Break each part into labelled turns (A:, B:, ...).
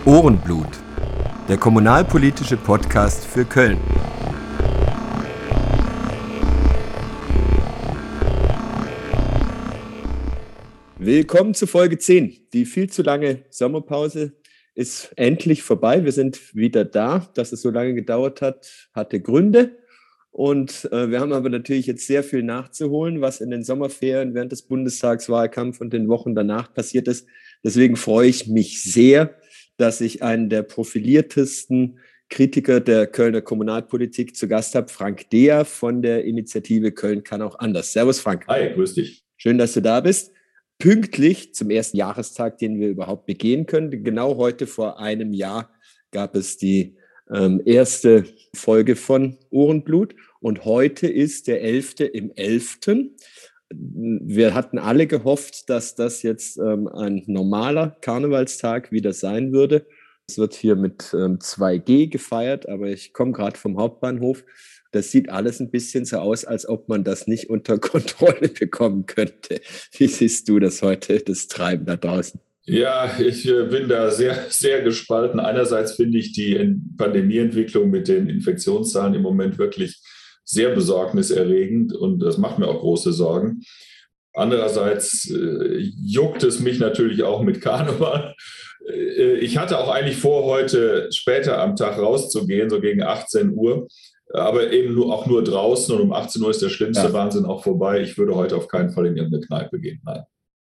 A: Ohrenblut, der kommunalpolitische Podcast für Köln. Willkommen zu Folge 10. Die viel zu lange Sommerpause ist endlich vorbei. Wir sind wieder da. Dass es so lange gedauert hat, hatte Gründe. Und wir haben aber natürlich jetzt sehr viel nachzuholen, was in den Sommerferien während des Bundestagswahlkampfs und den Wochen danach passiert ist. Deswegen freue ich mich sehr, dass ich einen der profiliertesten Kritiker der Kölner Kommunalpolitik zu Gast habe, Frank Deher von der Initiative Köln kann auch anders. Servus, Frank.
B: Hi, grüß dich.
A: Schön, dass du da bist. Pünktlich zum ersten Jahrestag, den wir überhaupt begehen können. Genau heute vor einem Jahr gab es die erste Folge von Ohrenblut. Und heute ist der 11. im 11. Wir hatten alle gehofft, dass das jetzt ein normaler Karnevalstag wieder sein würde. Es wird hier mit 2G gefeiert, aber ich komme gerade vom Hauptbahnhof. Das sieht alles ein bisschen so aus, als ob man das nicht unter Kontrolle bekommen könnte. Wie siehst du das heute, das Treiben da draußen?
B: Ja, ich bin da sehr, sehr gespalten. Einerseits finde ich die Pandemieentwicklung mit den Infektionszahlen im Moment wirklich sehr besorgniserregend und das macht mir auch große Sorgen. Andererseits juckt es mich natürlich auch mit Karneval. Ich hatte auch eigentlich vor, heute später am Tag rauszugehen, so gegen 18 Uhr. Aber eben nur draußen und um 18 Uhr ist der schlimmste Wahnsinn auch vorbei. Ich würde heute auf keinen Fall in irgendeine Kneipe gehen. Nein.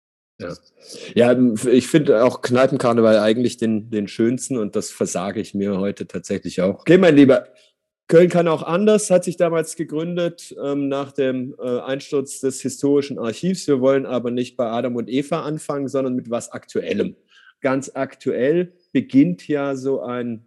A: Ja, ich finde auch Kneipenkarneval eigentlich den schönsten und das versage ich mir heute tatsächlich auch. Okay, mein Lieber, Köln kann auch anders, hat sich damals gegründet nach dem Einsturz des historischen Archivs. Wir wollen aber nicht bei Adam und Eva anfangen, sondern mit was Aktuellem. Ganz aktuell beginnt ja so ein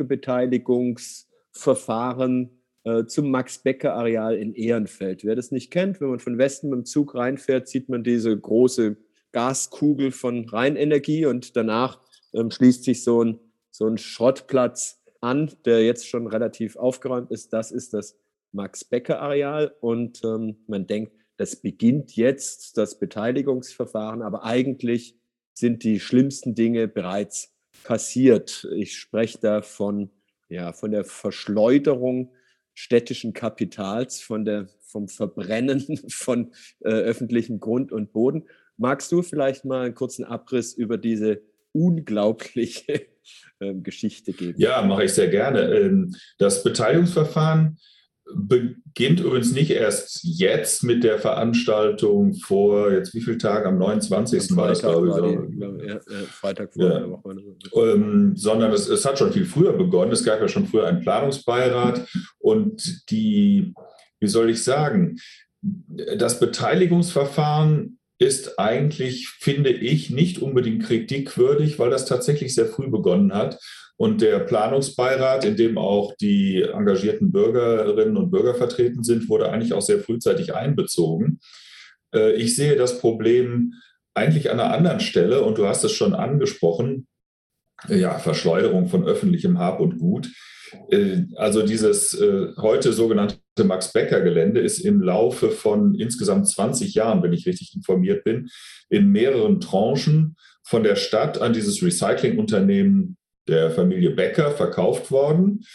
A: Bürgerbeteiligungsverfahren zum Max-Becker-Areal in Ehrenfeld. Wer das nicht kennt, wenn man von Westen mit dem Zug reinfährt, sieht man diese große Gaskugel von Rheinenergie und danach schließt sich so ein Schrottplatz an, der jetzt schon relativ aufgeräumt ist. Das ist das Max-Becker-Areal und man denkt, das beginnt jetzt, das Beteiligungsverfahren, aber eigentlich sind die schlimmsten Dinge bereits passiert. Ich spreche da von der Verschleuderung städtischen Kapitals, vom Verbrennen von öffentlichem Grund und Boden. Magst du vielleicht mal einen kurzen Abriss über diese unglaubliche Geschichte geben?
B: Ja, mache ich sehr gerne. Das Beteiligungsverfahren beginnt übrigens nicht erst jetzt mit der Veranstaltung vor, jetzt wie viele Tage? Am 29. war das, glaube ich.
A: Freitag vor einer Woche.
B: Sondern es hat schon viel früher begonnen. Es gab ja schon früher einen Planungsbeirat und wie soll ich sagen, das Beteiligungsverfahren ist eigentlich, finde ich, nicht unbedingt kritikwürdig, weil das tatsächlich sehr früh begonnen hat. Und der Planungsbeirat, in dem auch die engagierten Bürgerinnen und Bürger vertreten sind, wurde eigentlich auch sehr frühzeitig einbezogen. Ich sehe das Problem eigentlich an einer anderen Stelle und du hast es schon angesprochen, Verschleuderung von öffentlichem Hab und Gut. Also dieses heute sogenannte Max-Becker-Gelände ist im Laufe von insgesamt 20 Jahren, wenn ich richtig informiert bin, in mehreren Tranchen von der Stadt an dieses Recyclingunternehmen der Familie Becker verkauft worden.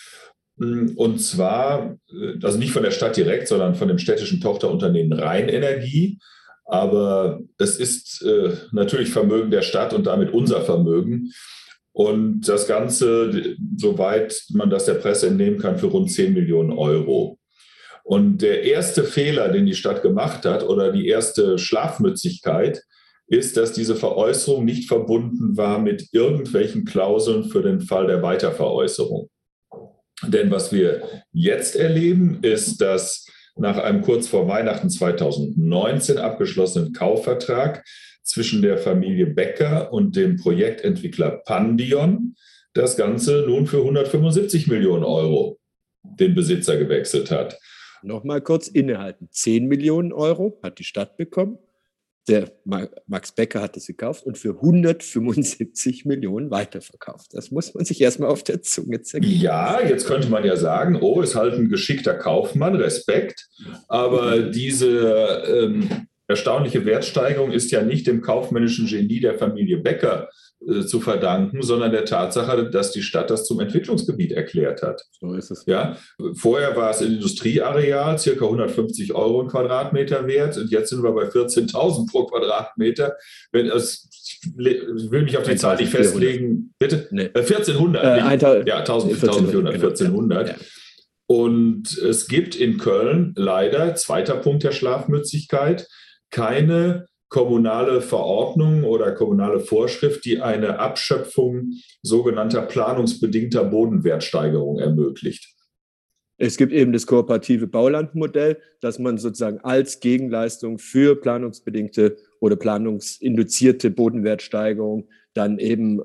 B: Und zwar, also nicht von der Stadt direkt, sondern von dem städtischen Tochterunternehmen Rheinenergie. Aber es ist natürlich Vermögen der Stadt und damit unser Vermögen. Und das Ganze, soweit man das der Presse entnehmen kann, für rund 10 Millionen Euro. Und der erste Fehler, den die Stadt gemacht hat, oder die erste Schlafmützigkeit, ist, dass diese Veräußerung nicht verbunden war mit irgendwelchen Klauseln für den Fall der Weiterveräußerung. Denn was wir jetzt erleben, ist, dass nach einem kurz vor Weihnachten 2019 abgeschlossenen Kaufvertrag zwischen der Familie Becker und dem Projektentwickler Pandion das Ganze nun für 175 Millionen Euro den Besitzer gewechselt hat.
A: Nochmal kurz innehalten. 10 Millionen Euro hat die Stadt bekommen. Der Max Becker hat es gekauft und für 175 Millionen weiterverkauft. Das muss man sich erstmal auf der Zunge zergehen.
B: Ja, jetzt könnte man ja sagen, ist halt ein geschickter Kaufmann, Respekt. Aber diese erstaunliche Wertsteigerung ist ja nicht dem kaufmännischen Genie der Familie Becker zu verdanken, sondern der Tatsache, dass die Stadt das zum Entwicklungsgebiet erklärt hat.
A: So ist es.
B: Ja, vorher war es ein Industrieareal, circa 150 Euro ein Quadratmeter wert, und jetzt sind wir bei 14.000 pro Quadratmeter. Ich will mich auf die Zahl nicht festlegen. Bitte? Nee. 1400. Ja, 1400, 1400. Ja. Und es gibt in Köln leider, zweiter Punkt der Schlafmützigkeit, keine kommunale Verordnung oder kommunale Vorschrift, die eine Abschöpfung sogenannter planungsbedingter Bodenwertsteigerung ermöglicht.
A: Es gibt eben das kooperative Baulandmodell, dass man sozusagen als Gegenleistung für planungsbedingte oder planungsinduzierte Bodenwertsteigerung dann eben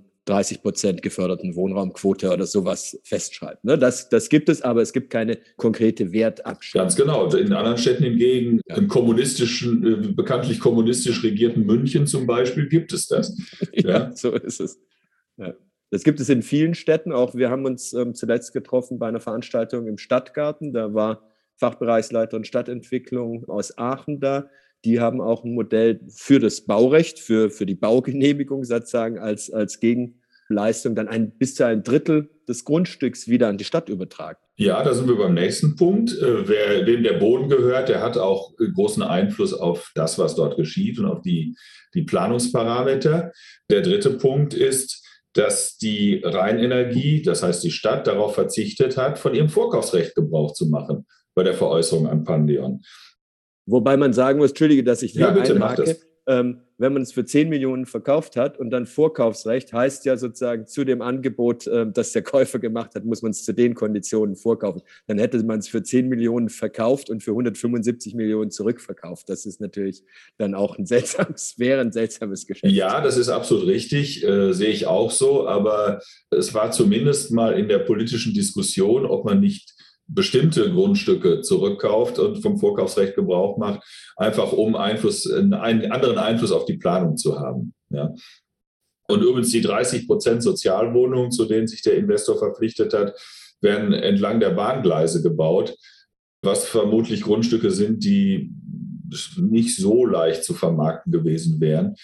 A: 30% geförderten Wohnraumquote oder sowas festschreibt. Ne? Das gibt es, aber es gibt keine konkrete Wertabschöpfung.
B: Ganz genau. In anderen Städten hingegen, im bekanntlich kommunistisch regierten München zum Beispiel, gibt es das.
A: Ja, so ist es. Ja. Das gibt es in vielen Städten. Auch wir haben uns zuletzt getroffen bei einer Veranstaltung im Stadtgarten. Da war Fachbereichsleiterin Stadtentwicklung aus Aachen da. Die haben auch ein Modell für das Baurecht, für die Baugenehmigung sozusagen als Gegenleistung dann bis zu ein Drittel des Grundstücks wieder an die Stadt übertragen.
B: Ja, da sind wir beim nächsten Punkt. Wem der Boden gehört, der hat auch großen Einfluss auf das, was dort geschieht und auf die Planungsparameter. Der dritte Punkt ist, dass die Rheinenergie, das heißt die Stadt, darauf verzichtet hat, von ihrem Vorkaufsrecht Gebrauch zu machen bei der Veräußerung an Pandion.
A: Wobei man sagen muss, entschuldige, dass ich da einhake, wenn man es für 10 Millionen verkauft hat und dann Vorkaufsrecht, heißt ja sozusagen zu dem Angebot, das der Käufer gemacht hat, muss man es zu den Konditionen vorkaufen. Dann hätte man es für 10 Millionen verkauft und für 175 Millionen zurückverkauft. Das ist natürlich dann auch ein seltsames Geschäft.
B: Ja, das ist absolut richtig, sehe ich auch so. Aber es war zumindest mal in der politischen Diskussion, ob man nicht bestimmte Grundstücke zurückkauft und vom Vorkaufsrecht Gebrauch macht, einfach um einen anderen Einfluss auf die Planung zu haben. Ja. Und übrigens die 30% Sozialwohnungen, zu denen sich der Investor verpflichtet hat, werden entlang der Bahngleise gebaut, was vermutlich Grundstücke sind, die nicht so leicht zu vermarkten gewesen wären.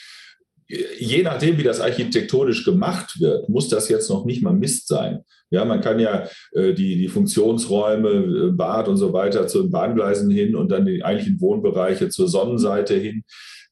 B: Je nachdem, wie das architektonisch gemacht wird, muss das jetzt noch nicht mal Mist sein. Ja, man kann ja die Funktionsräume, Bad und so weiter zu den Bahngleisen hin und dann die eigentlichen Wohnbereiche zur Sonnenseite hin.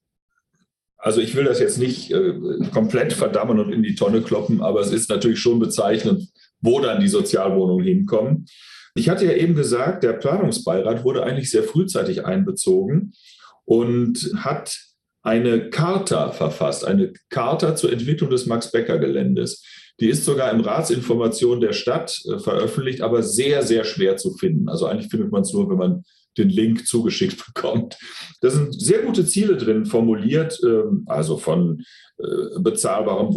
B: Also ich will das jetzt nicht komplett verdammen und in die Tonne kloppen, aber es ist natürlich schon bezeichnend, wo dann die Sozialwohnungen hinkommen. Ich hatte ja eben gesagt, der Planungsbeirat wurde eigentlich sehr frühzeitig einbezogen und hat eine Charta verfasst, eine Charta zur Entwicklung des Max-Becker-Geländes. Die ist sogar im Ratsinformation der Stadt veröffentlicht, aber sehr, sehr schwer zu finden. Also eigentlich findet man es nur, wenn man den Link zugeschickt bekommt. Da sind sehr gute Ziele drin formuliert, also von bezahlbarem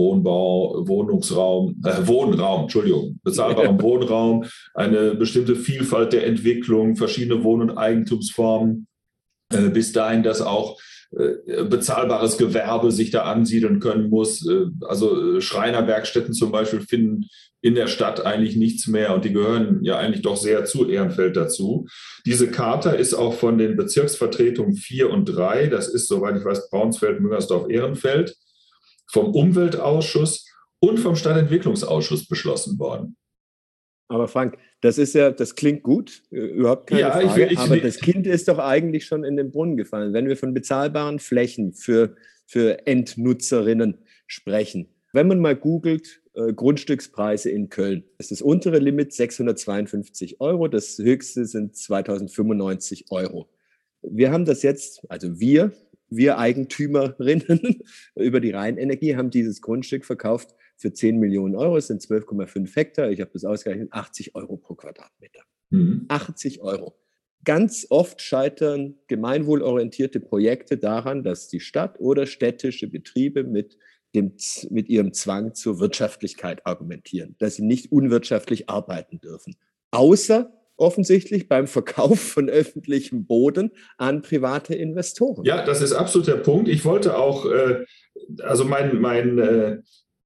B: bezahlbarem Wohnraum, eine bestimmte Vielfalt der Entwicklung, verschiedene Wohn- und Eigentumsformen, bis dahin, dass auch bezahlbares Gewerbe sich da ansiedeln können muss. Also Schreinerwerkstätten zum Beispiel finden in der Stadt eigentlich nichts mehr und die gehören ja eigentlich doch sehr zu Ehrenfeld dazu. Diese Charta ist auch von den Bezirksvertretungen 4 und 3, das ist, soweit ich weiß, Braunsfeld, Müngersdorf, Ehrenfeld, vom Umweltausschuss und vom Stadtentwicklungsausschuss beschlossen worden.
A: Aber Frank, das klingt gut, überhaupt keine Frage, aber das Kind ist doch eigentlich schon in den Brunnen gefallen. Wenn wir von bezahlbaren Flächen für Endnutzerinnen sprechen, wenn man mal googelt, Grundstückspreise in Köln, ist das untere Limit 652 Euro, das höchste sind 2095 Euro. Wir haben das jetzt, also wir Eigentümerinnen über die Rheinenergie haben dieses Grundstück verkauft für 10 Millionen Euro, es sind 12,5 Hektar, ich habe das ausgerechnet, 80 Euro pro Quadratmeter. 80 Euro. Ganz oft scheitern gemeinwohlorientierte Projekte daran, dass die Stadt oder städtische Betriebe mit ihrem Zwang zur Wirtschaftlichkeit argumentieren, dass sie nicht unwirtschaftlich arbeiten dürfen. Außer offensichtlich beim Verkauf von öffentlichem Boden an private Investoren.
B: Ja, das ist absolut der Punkt. Ich wollte auch, also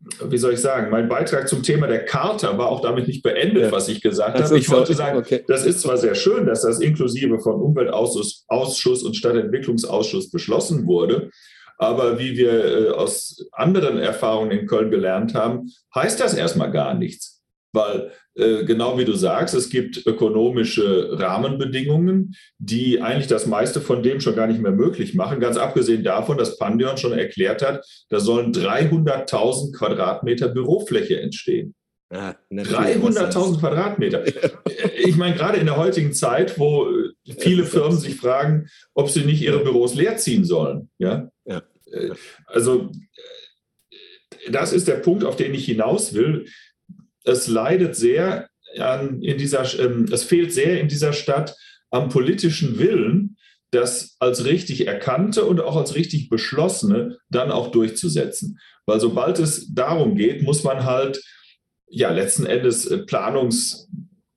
B: wie soll ich sagen, mein Beitrag zum Thema der Charta war auch damit nicht beendet, was ich gesagt habe. Ich wollte sagen, das ist zwar sehr schön, dass das inklusive von Umweltausschuss und Stadtentwicklungsausschuss beschlossen wurde, aber wie wir aus anderen Erfahrungen in Köln gelernt haben, heißt das erstmal gar nichts. Weil genau wie du sagst, es gibt ökonomische Rahmenbedingungen, die eigentlich das meiste von dem schon gar nicht mehr möglich machen. Ganz abgesehen davon, dass Pandion schon erklärt hat, da sollen 300.000 Quadratmeter Bürofläche entstehen. 300.000 Quadratmeter. Ich meine, gerade in der heutigen Zeit, wo viele Firmen sich fragen, ob sie nicht ihre Büros leerziehen sollen. Ja? Ja. Also das ist der Punkt, auf den ich hinaus will. Es leidet sehr es fehlt sehr in dieser Stadt am politischen Willen, das als richtig Erkannte und auch als richtig Beschlossene dann auch durchzusetzen. Weil sobald es darum geht, muss man halt letzten Endes Planungsmittel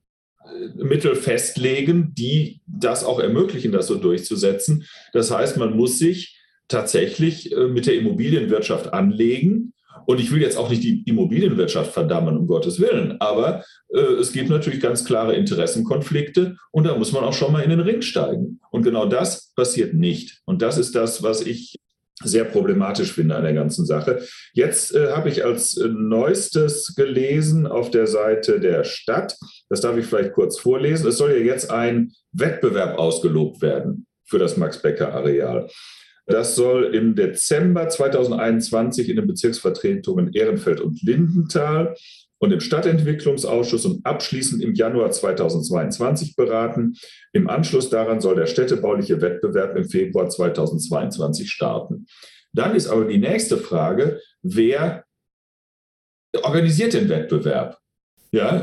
B: festlegen, die das auch ermöglichen, das so durchzusetzen. Das heißt, man muss sich tatsächlich mit der Immobilienwirtschaft anlegen. Und ich will jetzt auch nicht die Immobilienwirtschaft verdammen, um Gottes Willen, aber es gibt natürlich ganz klare Interessenkonflikte und da muss man auch schon mal in den Ring steigen. Und genau das passiert nicht. Und das ist das, was ich sehr problematisch finde an der ganzen Sache. Jetzt habe ich als Neuestes gelesen auf der Seite der Stadt, das darf ich vielleicht kurz vorlesen, es soll ja jetzt ein Wettbewerb ausgelobt werden für das Max-Becker-Areal. Das soll im Dezember 2021 in den Bezirksvertretungen Ehrenfeld und Lindenthal und im Stadtentwicklungsausschuss und abschließend im Januar 2022 beraten. Im Anschluss daran soll der städtebauliche Wettbewerb im Februar 2022 starten. Dann ist aber die nächste Frage, wer organisiert den Wettbewerb? Ja,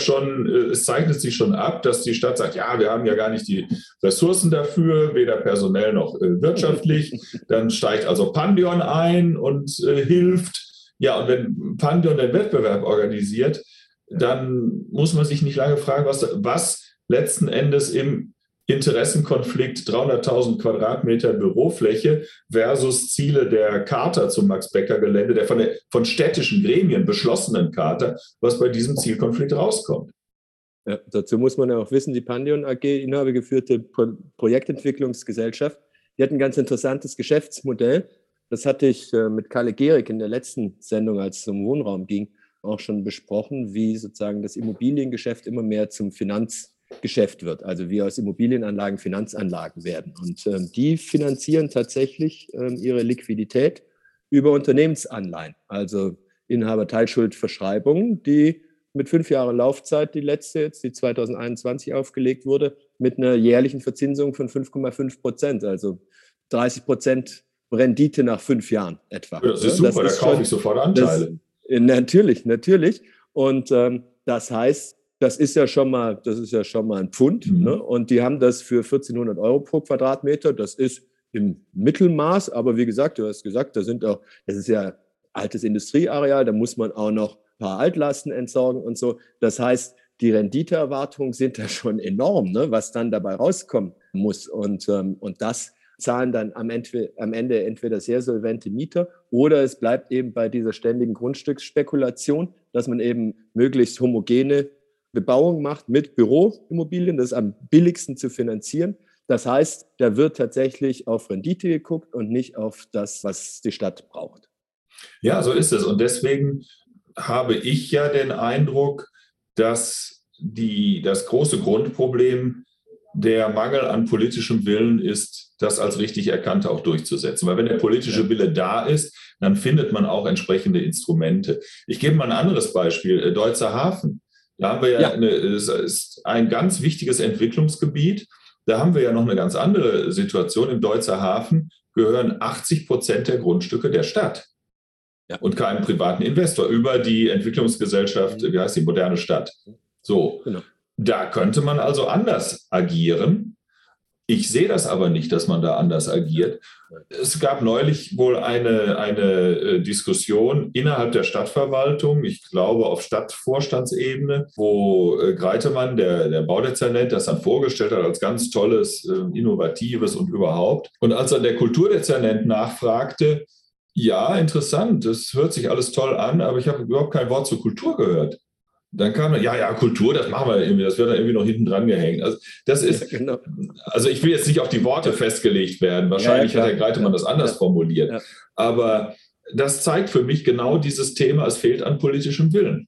B: es zeichnet sich schon ab, dass die Stadt sagt, ja, wir haben ja gar nicht die Ressourcen dafür, weder personell noch wirtschaftlich. Dann steigt also Pandion ein und hilft. Ja, und wenn Pandion den Wettbewerb organisiert, dann muss man sich nicht lange fragen, was letzten Endes im Interessenkonflikt 300.000 Quadratmeter Bürofläche versus Ziele der Charta zum Max-Becker-Gelände, der von städtischen Gremien beschlossenen Charta, was bei diesem Zielkonflikt rauskommt.
A: Ja, dazu muss man ja auch wissen, die Pandion AG, inhabergeführte Projektentwicklungsgesellschaft, die hat ein ganz interessantes Geschäftsmodell. Das hatte ich mit Kalle Gehrig in der letzten Sendung, als es um Wohnraum ging, auch schon besprochen, wie sozusagen das Immobiliengeschäft immer mehr zum Finanzgeschäft wird, also wie aus Immobilienanlagen Finanzanlagen werden. Und die finanzieren tatsächlich ihre Liquidität über Unternehmensanleihen, also Inhaberteilschuldverschreibungen, die mit 5 Jahren Laufzeit, die letzte jetzt, die 2021 aufgelegt wurde, mit einer jährlichen Verzinsung von 5,5%, also 30% Rendite nach 5 Jahren etwa.
B: Das ist super, da kaufe ich sofort Anteile.
A: Natürlich. Und das heißt, das ist ja schon mal ein Pfund.
B: Mhm.
A: Ne? Und die haben das für 1.400 Euro pro Quadratmeter. Das ist im Mittelmaß, aber wie gesagt, du hast gesagt, das ist ja altes Industrieareal, da muss man auch noch ein paar Altlasten entsorgen und so. Das heißt, die Renditeerwartungen sind da schon enorm, ne? Was dann dabei rauskommen muss. Und das zahlen dann am Ende entweder sehr solvente Mieter oder es bleibt eben bei dieser ständigen Grundstücksspekulation, dass man eben möglichst homogene Bebauung macht mit Büroimmobilien. Das ist am billigsten zu finanzieren. Das heißt, da wird tatsächlich auf Rendite geguckt und nicht auf das, was die Stadt braucht.
B: Ja, so ist es. Und deswegen habe ich ja den Eindruck, dass das große Grundproblem der Mangel an politischem Willen ist, das als richtig Erkannte auch durchzusetzen. Weil wenn der politische Wille da ist, dann findet man auch entsprechende Instrumente. Ich gebe mal ein anderes Beispiel, Deutzer Hafen. Da haben wir das ist ein ganz wichtiges Entwicklungsgebiet. Da haben wir ja noch eine ganz andere Situation. Im Deutzer Hafen gehören 80% der Grundstücke der Stadt. Ja. Und keinem privaten Investor über die Entwicklungsgesellschaft, wie heißt die, Moderne Stadt. So, genau. Da könnte man also anders agieren. Ich sehe das aber nicht, dass man da anders agiert. Es gab neulich wohl eine Diskussion innerhalb der Stadtverwaltung, ich glaube auf Stadtvorstandsebene, wo Greitemann, der Baudezernent, das dann vorgestellt hat als ganz tolles, innovatives und überhaupt. Und als dann der Kulturdezernent nachfragte, Ja, interessant. Das hört sich alles toll an, aber ich habe überhaupt kein Wort zur Kultur gehört. Dann kam, ja, Kultur, das machen wir irgendwie, das wird dann irgendwie noch hinten dran gehängt. Also, das
A: Ja,
B: ist,
A: genau.
B: also ich will jetzt nicht auf die Worte festgelegt werden.
A: Ja, ja,
B: Wahrscheinlich hat Herr
A: klar.
B: Greitemann
A: Ja,
B: das anders
A: ja,
B: formuliert.
A: ja.
B: Aber das zeigt für mich genau dieses Thema, es fehlt an politischem Willen.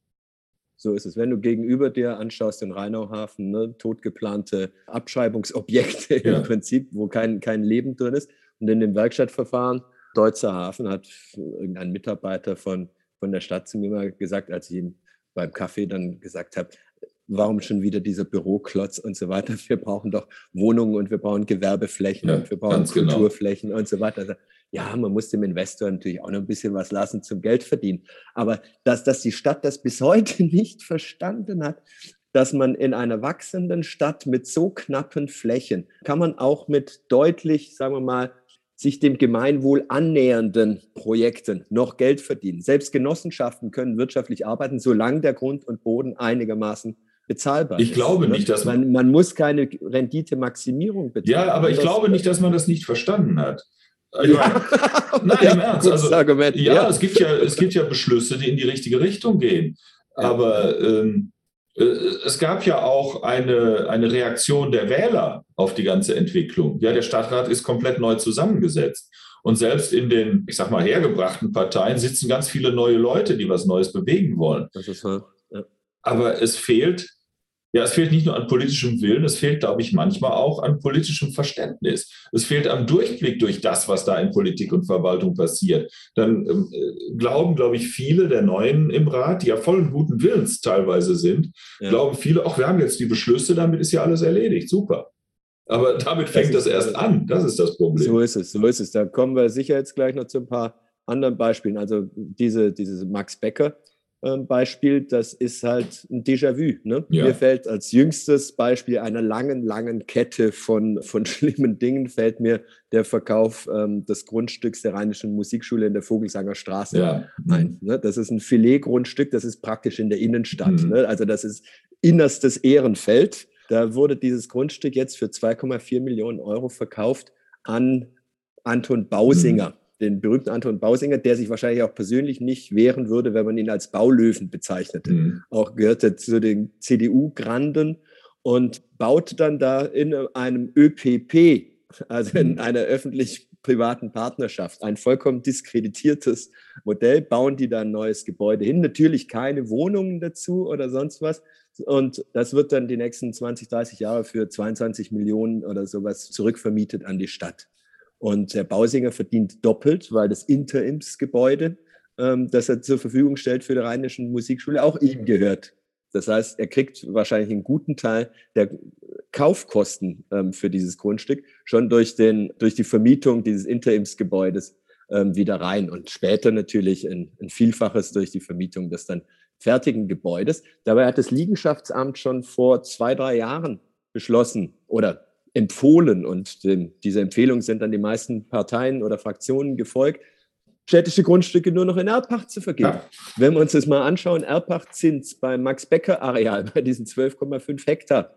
A: So ist es. Wenn du gegenüber dir anschaust, den Rheinauhafen, ne, totgeplante Abschreibungsobjekte im
B: Ja,
A: Prinzip, wo kein Leben drin ist. Und in dem Werkstattverfahren Deutzer Hafen hat irgendein Mitarbeiter von der Stadt zu mir mal gesagt, als ich ihm beim Kaffee dann gesagt habe, warum schon wieder dieser Büroklotz und so weiter? Wir brauchen doch Wohnungen und wir brauchen Gewerbeflächen
B: ja,
A: und wir brauchen
B: ganz genau.
A: Kulturflächen und so weiter. Also, ja, man muss dem Investor natürlich auch noch ein bisschen was lassen zum Geld verdienen. Aber dass die Stadt das bis heute nicht verstanden hat, dass man in einer wachsenden Stadt mit so knappen Flächen, kann man auch mit deutlich, sagen wir mal, sich dem Gemeinwohl annähernden Projekten noch Geld verdienen. Selbst Genossenschaften können wirtschaftlich arbeiten, solange der Grund und Boden einigermaßen bezahlbar
B: Ich
A: ist.
B: glaube
A: Ne?
B: nicht, dass,
A: Man muss keine Renditemaximierung
B: ja,
A: betreiben.
B: aber ich
A: Anders,
B: glaube nicht, dass man das nicht verstanden hat. Ich
A: ja,
B: meine, nein,
A: ja,
B: im Ernst.
A: gutes
B: Also,
A: Argument.
B: ja,
A: Ja,
B: es gibt ja Beschlüsse, die in die richtige Richtung gehen.
A: ja, ja.
B: Aber äh, es gab ja auch eine Reaktion der Wähler auf die ganze Entwicklung. Ja, der
A: Ja,
B: Stadtrat ist komplett neu zusammengesetzt. Und selbst in den, ich sag mal, hergebrachten Parteien sitzen ganz viele neue Leute, die was Neues bewegen wollen.
A: das ist ja.
B: Aber es fehlt nicht nur an politischem Willen, es fehlt, glaube ich, manchmal auch an politischem Verständnis. Es fehlt am Durchblick durch das, was da in Politik und Verwaltung passiert. Dann glauben, glaube ich, viele der Neuen im Rat, die ja vollen guten Willens teilweise sind,
A: Ja.
B: glauben viele, ach, wir haben jetzt die Beschlüsse, damit ist ja alles erledigt, super. Aber damit
A: Das
B: fängt das
A: ist,
B: erst an, das ist das
A: so
B: Problem.
A: ist es, so ist es. Da kommen wir sicher jetzt gleich noch zu ein paar anderen Beispielen. Also dieses Max Becker Beispiel, das ist halt ein Déjà-vu. Ne? Mir
B: Ja,
A: fällt als jüngstes Beispiel einer langen Kette von schlimmen Dingen, fällt mir der Verkauf des Grundstücks der Rheinischen Musikschule in der Vogelsanger Straße
B: ja,
A: ein. Ne? Das ist ein Filetgrundstück, das ist praktisch in der Innenstadt.
B: hm,
A: Ne? Also das ist innerstes Ehrenfeld. Da wurde dieses Grundstück jetzt für 2,4 Millionen Euro verkauft an Anton
B: hm,
A: Bausinger, den berühmten Anton Bausinger, der sich wahrscheinlich auch persönlich nicht wehren würde, wenn man ihn als Baulöwen bezeichnete.
B: hm,
A: Auch gehörte zu den CDU-Granden und baut dann da in einem ÖPP, also in
B: hm,
A: einer öffentlich-privaten Partnerschaft, ein vollkommen diskreditiertes Modell, bauen die da ein neues Gebäude hin. Natürlich keine Wohnungen dazu oder sonst was. Und das wird dann die nächsten 20, 30 Jahre für 22 Millionen oder sowas zurückvermietet an die Stadt. Und der Bausinger verdient doppelt, weil das Interimsgebäude, das er zur Verfügung stellt für die Rheinische Musikschule, auch ihm gehört. Das heißt, er kriegt wahrscheinlich einen guten Teil der Kaufkosten für dieses Grundstück schon durch die Vermietung dieses Interimsgebäudes wieder rein und später natürlich ein Vielfaches durch die Vermietung des dann fertigen Gebäudes. Dabei hat das Liegenschaftsamt schon vor 2, 3 Jahren beschlossen oder empfohlen und diese Empfehlungen sind dann die meisten Parteien oder Fraktionen gefolgt, städtische Grundstücke nur noch in Erbpacht zu vergeben.
B: ja, ja,
A: Wenn wir uns das mal anschauen, Erbpachtzins beim Max-Becker-Areal, bei diesen 12,5 Hektar,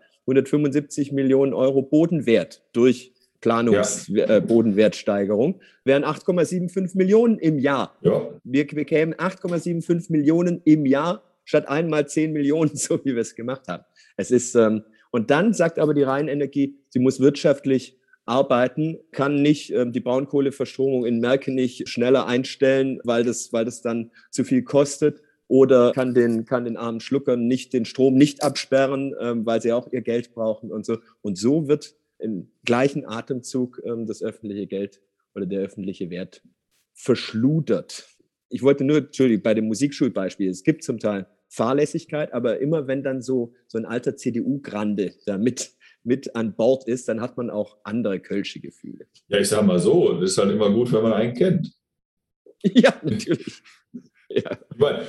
A: 175 Millionen Euro Bodenwert durch
B: ja,
A: Planungsbodenwertsteigerung, wären 8,75 Millionen im Jahr.
B: ja.
A: Wir bekämen 8,75 Millionen im Jahr statt einmal 10 Millionen, so wie wir es gemacht haben. Es ist, und dann sagt aber die Rheinenergie, sie muss wirtschaftlich arbeiten, kann nicht die Braunkohleverstromung in Merkenich schneller einstellen, weil das dann zu viel kostet oder kann den armen Schluckern nicht den Strom nicht absperren, weil sie auch ihr Geld brauchen und so. Und so wird im gleichen Atemzug das öffentliche Geld oder der öffentliche Wert verschludert. Ich wollte nur, Entschuldigung, bei dem Musikschulbeispiel, es gibt zum Teil Fahrlässigkeit, aber immer wenn dann so ein alter CDU-Grande da mit an Bord ist, dann hat man auch andere kölsche Gefühle.
B: Ja, ich sage mal so, es ist halt immer gut, wenn man einen kennt.
A: Ja, natürlich. Ja.
B: Ich meine,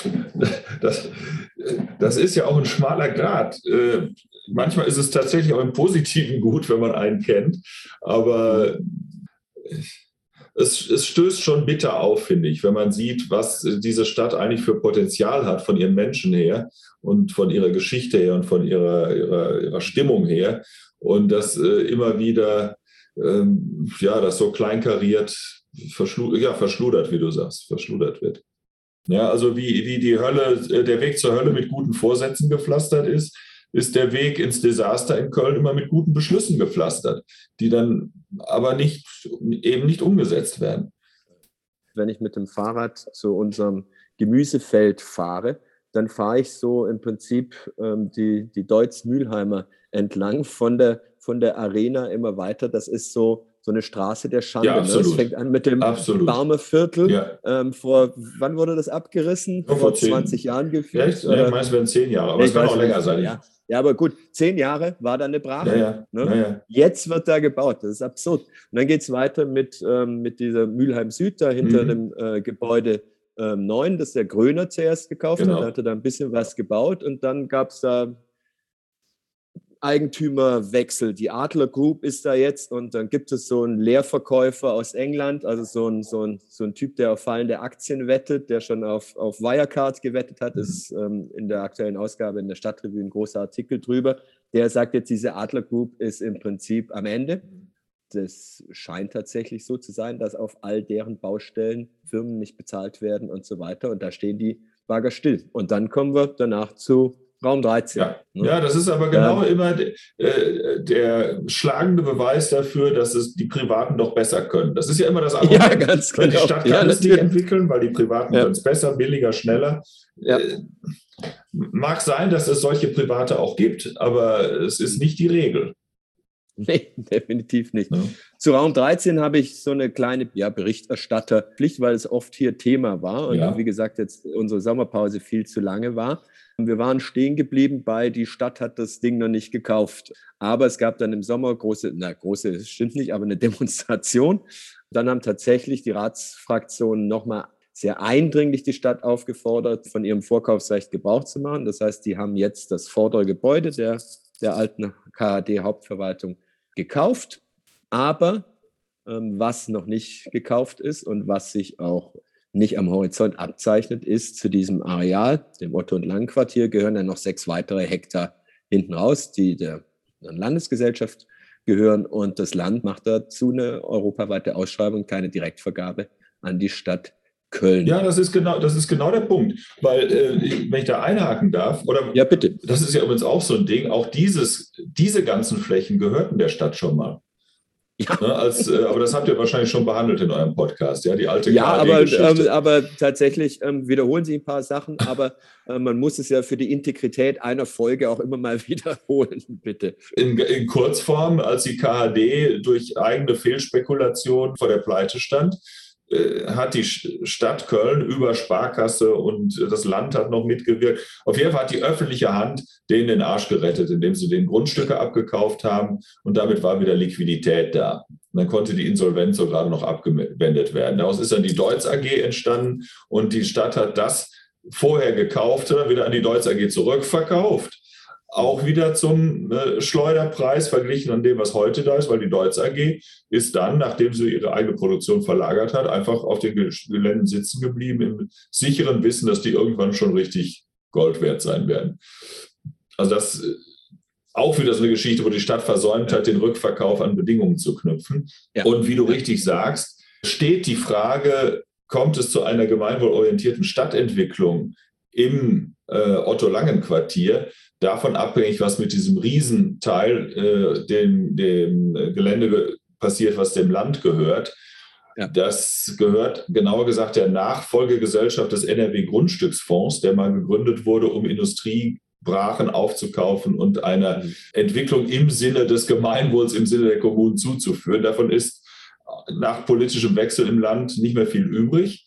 B: das, das ist ja auch ein schmaler Grat. Manchmal ist es tatsächlich auch im Positiven gut, wenn man einen kennt, aber es stößt schon bitter auf, finde ich, wenn man sieht, was diese Stadt eigentlich für Potenzial hat von ihren Menschen her und von ihrer Geschichte her und von ihrer Stimmung her und das immer wieder, ja, das so kleinkariert verschludert, wie du sagst, verschludert wird. Ja, also wie die Hölle, der Weg zur Hölle mit guten Vorsätzen gepflastert ist der Weg ins Desaster in Köln immer mit guten Beschlüssen gepflastert, die dann aber eben nicht umgesetzt werden.
A: Wenn ich mit dem Fahrrad zu unserem Gemüsefeld fahre, dann fahre ich so im Prinzip die Deutz-Mülheimer entlang von der Arena immer weiter. Das ist so eine Straße der Schande.
B: Ja, absolut.
A: Ne? Es fängt an mit dem Barmer Viertel.
B: Ja.
A: Wann wurde das abgerissen? Vor 20 Jahren gefühlt?
B: Ja, ich meine, es werden 10 Jahre, aber es kann auch länger sein.
A: Ja, aber gut, 10 Jahre war da eine Brache.
B: Ja.
A: Ne?
B: Ja.
A: Jetzt wird da gebaut, das ist absurd. Und dann geht es weiter mit dieser Mülheim Süd da hinter dem Gebäude 9, das der Gröner zuerst gekauft hat. Da hat er da ein bisschen was gebaut und dann gab es da Eigentümerwechsel. Die Adler Group ist da jetzt und dann gibt es so einen Leerverkäufer aus England, also so ein Typ, der auf fallende Aktien wettet, der schon auf Wirecard gewettet hat, ist in der aktuellen Ausgabe in der Stadtrevue ein großer Artikel drüber. Der sagt jetzt, diese Adler Group ist im Prinzip am Ende. Das scheint tatsächlich so zu sein, dass auf all deren Baustellen Firmen nicht bezahlt werden und so weiter und da stehen die Bagger still. Und dann kommen wir danach zu Raum 13.
B: Ja, das ist aber genau immer der schlagende Beweis dafür, dass es die Privaten doch besser können. Das ist ja immer das Argument.
A: Ja, ganz genau.
B: Die Stadt kann es nicht entwickeln, weil die Privaten können es besser, billiger, schneller.
A: Ja.
B: Mag sein, dass es solche Private auch gibt, aber es ist nicht die Regel.
A: Nee, definitiv nicht.
B: Ja.
A: Zu Raum 13 habe ich so eine kleine Berichterstatterpflicht, weil es oft hier Thema war und wie gesagt, jetzt unsere Sommerpause viel zu lange war. Wir waren stehen geblieben bei, die Stadt hat das Ding noch nicht gekauft. Aber es gab dann im Sommer große stimmt nicht, aber eine Demonstration. Dann haben tatsächlich die Ratsfraktionen nochmal sehr eindringlich die Stadt aufgefordert, von ihrem Vorkaufsrecht Gebrauch zu machen. Das heißt, die haben jetzt das vordere Gebäude der alten KAD-Hauptverwaltung gekauft. Aber was noch nicht gekauft ist und was sich auch nicht am Horizont abzeichnet, ist zu diesem Areal, dem Otto- und Lang-Quartier, gehören dann noch 6 weitere Hektar hinten raus, die der Landesgesellschaft gehören. Und das Land macht dazu eine europaweite Ausschreibung, keine Direktvergabe an die Stadt Köln.
B: Ja, das ist genau der Punkt. Weil, wenn ich da einhaken darf,
A: ja, bitte.
B: Das ist ja übrigens auch so ein Ding, auch diese ganzen Flächen gehörten der Stadt schon mal.
A: Ja.
B: Ne, aber das habt ihr wahrscheinlich schon behandelt in eurem Podcast, ja, die alte
A: KAD-Geschichte. Aber tatsächlich wiederholen Sie ein paar Sachen, aber man muss es ja für die Integrität einer Folge auch immer mal wiederholen, bitte.
B: In Kurzform, als die KAD durch eigene Fehlspekulation vor der Pleite stand, hat die Stadt Köln über Sparkasse und das Land hat noch mitgewirkt. Auf jeden Fall hat die öffentliche Hand denen den Arsch gerettet, indem sie den Grundstücke abgekauft haben und damit war wieder Liquidität da. Und dann konnte die Insolvenz so gerade noch abgewendet werden. Daraus ist dann die Deutz AG entstanden und die Stadt hat das vorher Gekaufte wieder an die Deutz AG zurückverkauft. Auch wieder zum Schleuderpreis verglichen an dem, was heute da ist, weil die Deutz AG ist dann, nachdem sie ihre eigene Produktion verlagert hat, einfach auf den Geländen sitzen geblieben, im sicheren Wissen, dass die irgendwann schon richtig Gold wert sein werden. Also das auch wieder so eine Geschichte, wo die Stadt versäumt hat, den Rückverkauf an Bedingungen zu knüpfen. Ja. Und wie du richtig sagst, steht die Frage, kommt es zu einer gemeinwohlorientierten Stadtentwicklung im Otto-Langen-Quartier, davon abhängig, was mit diesem Riesenteil, dem Gelände passiert, was dem Land gehört. Ja. Das gehört, genauer gesagt, der Nachfolgegesellschaft des NRW-Grundstücksfonds, der mal gegründet wurde, um Industriebrachen aufzukaufen und einer Entwicklung im Sinne des Gemeinwohls, im Sinne der Kommunen zuzuführen. Davon ist nach politischem Wechsel im Land nicht mehr viel übrig.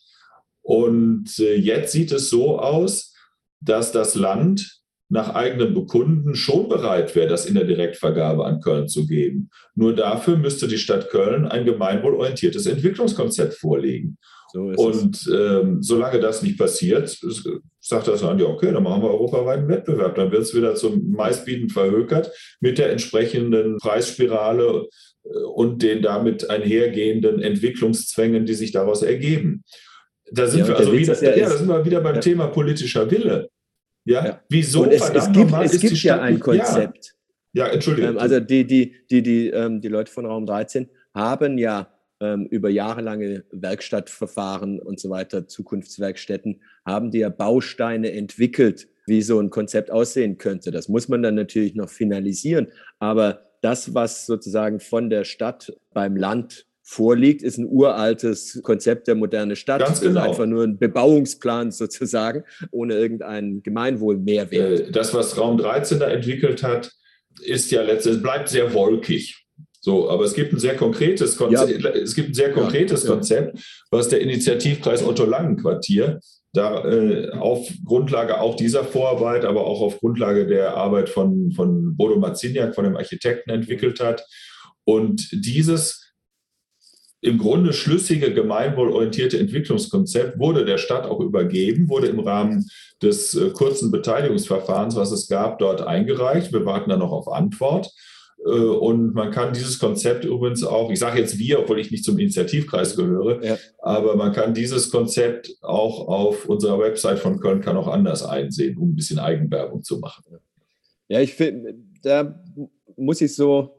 B: Und jetzt sieht es so aus, dass das Land nach eigenem Bekunden schon bereit wäre, das in der Direktvergabe an Köln zu geben. Nur dafür müsste die Stadt Köln ein gemeinwohlorientiertes Entwicklungskonzept vorlegen. So ist und solange das nicht passiert, sagt das Land, ja okay, dann machen wir europaweiten Wettbewerb. Dann wird es wieder zum Meistbieten verhökert mit der entsprechenden Preisspirale und den damit einhergehenden Entwicklungszwängen, die sich daraus ergeben. Da sind wir wieder beim Thema politischer Wille. Ja. Wieso?
A: Und es gibt ja ein Konzept.
B: Ja, Entschuldigung.
A: Also die Leute von Raum 13 haben ja über jahrelange Werkstattverfahren und so weiter, Zukunftswerkstätten, haben die ja Bausteine entwickelt, wie so ein Konzept aussehen könnte. Das muss man dann natürlich noch finalisieren. Aber das, was sozusagen von der Stadt beim Land vorliegt, ist ein uraltes Konzept der modernen Stadt.
B: Ganz genau.
A: Das ist einfach nur ein Bebauungsplan sozusagen, ohne irgendeinen Gemeinwohl-Mehrwert.
B: Das, was Raum 13 da entwickelt hat, ist ja letztendlich, bleibt sehr wolkig. So, aber es gibt ein sehr konkretes Konzept, Konzept, was der Initiativkreis Otto-Langen-Quartier da auf Grundlage auch dieser Vorarbeit, aber auch auf Grundlage der Arbeit von Bodo Marciniak, von dem Architekten, entwickelt hat. Und dieses im Grunde schlüssige, gemeinwohlorientierte Entwicklungskonzept wurde der Stadt auch übergeben, wurde im Rahmen des kurzen Beteiligungsverfahrens, was es gab, dort eingereicht. Wir warten dann noch auf Antwort. Und man kann dieses Konzept übrigens auch, ich sage jetzt wir, obwohl ich nicht zum Initiativkreis gehöre, aber man kann dieses Konzept auch auf unserer Website von Köln kann auch anders einsehen, um ein bisschen Eigenwerbung zu machen.
A: Ja, ich finde, da muss ich so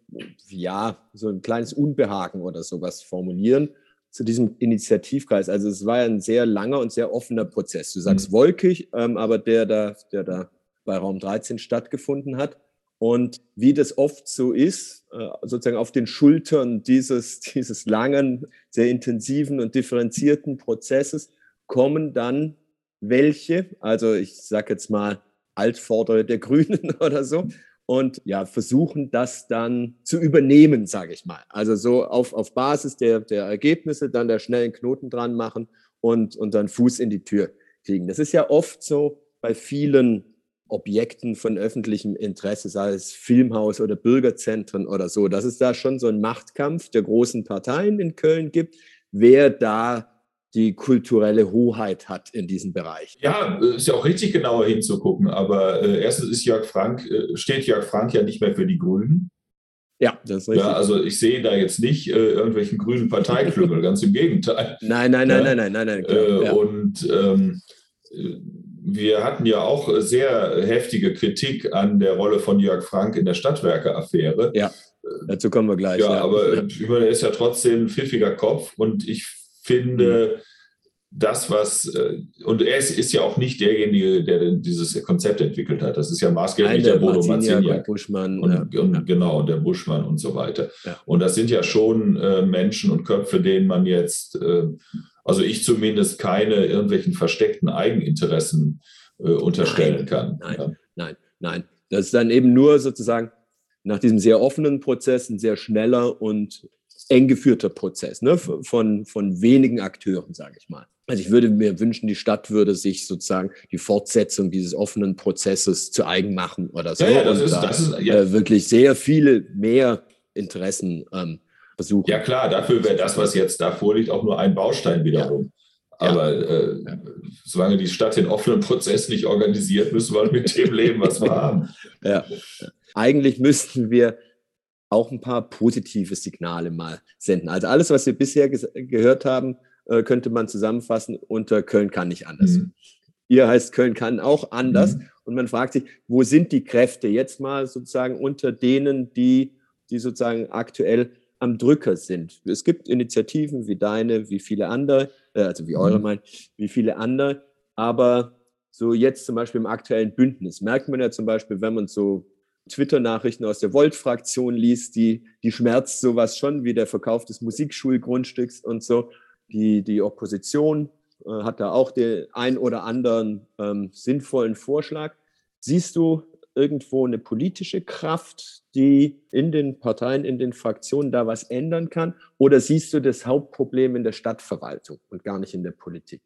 A: ein kleines Unbehagen oder sowas formulieren zu diesem Initiativkreis. Also es war ja ein sehr langer und sehr offener Prozess. Du sagst wolkig, aber der da bei Raum 13 stattgefunden hat. Und wie das oft so ist, sozusagen auf den Schultern dieses langen, sehr intensiven und differenzierten Prozesses kommen dann welche, also ich sage jetzt mal Altvordere der Grünen oder so, und ja, versuchen das dann zu übernehmen, sage ich mal. Also so auf Basis der Ergebnisse dann da schnell einen Knoten dran machen und dann Fuß in die Tür kriegen. Das ist ja oft so bei vielen Objekten von öffentlichem Interesse, sei es Filmhaus oder Bürgerzentren oder so, dass es da schon so einen Machtkampf der großen Parteien in Köln gibt, wer da die kulturelle Hoheit hat in diesem Bereich.
B: Ja, ist ja auch richtig, genauer hinzugucken, aber erstens steht Jörg Frank ja nicht mehr für die Grünen.
A: Ja, das ist richtig.
B: Ja, also ich sehe da jetzt nicht irgendwelchen grünen Parteiklüngel, ganz im Gegenteil.
A: Nein. Klar,
B: Und wir hatten ja auch sehr heftige Kritik an der Rolle von Jörg Frank in der Stadtwerke-Affäre.
A: Ja, dazu kommen wir gleich.
B: Ja, aber er ist ja trotzdem ein pfiffiger Kopf und ich finde, und er ist ja auch nicht derjenige, der dieses Konzept entwickelt hat. Das ist ja maßgeblich der Bodo Marciniak.
A: Buschmann.
B: Genau, und der Buschmann und so weiter.
A: Ja.
B: Und das sind ja schon Menschen und Köpfe, denen man jetzt, also ich zumindest, keine irgendwelchen versteckten Eigeninteressen unterstellen kann.
A: Nein. Das ist dann eben nur sozusagen nach diesem sehr offenen Prozess ein sehr schneller und eng geführter Prozess, ne? von wenigen Akteuren, sage ich mal. Also ich würde mir wünschen, die Stadt würde sich sozusagen die Fortsetzung dieses offenen Prozesses zu eigen machen oder so.
B: Ja, das ist
A: wirklich sehr viele mehr Interessen versuchen.
B: Ja klar, dafür wäre das, was jetzt da vorliegt, auch nur ein Baustein wiederum. Ja. Aber solange die Stadt den offenen Prozess nicht organisiert, müssen wir mit dem leben, was wir haben.
A: Ja. Eigentlich müssten wir auch ein paar positive Signale mal senden. Also alles, was wir bisher gehört haben, könnte man zusammenfassen unter Köln kann nicht anders. Hier heißt Köln kann auch anders. Und man fragt sich, wo sind die Kräfte jetzt mal sozusagen unter denen, die sozusagen aktuell am Drücker sind. Es gibt Initiativen wie deine, wie viele andere, also wie eure wie viele andere. Aber so jetzt zum Beispiel im aktuellen Bündnis merkt man ja zum Beispiel, wenn man so Twitter-Nachrichten aus der Volt-Fraktion liest, die schmerzt sowas schon wie der Verkauf des Musikschulgrundstücks und so. Die Opposition hat da auch den ein oder anderen sinnvollen Vorschlag. Siehst du irgendwo eine politische Kraft, die in den Parteien, in den Fraktionen da was ändern kann? Oder siehst du das Hauptproblem in der Stadtverwaltung und gar nicht in der Politik?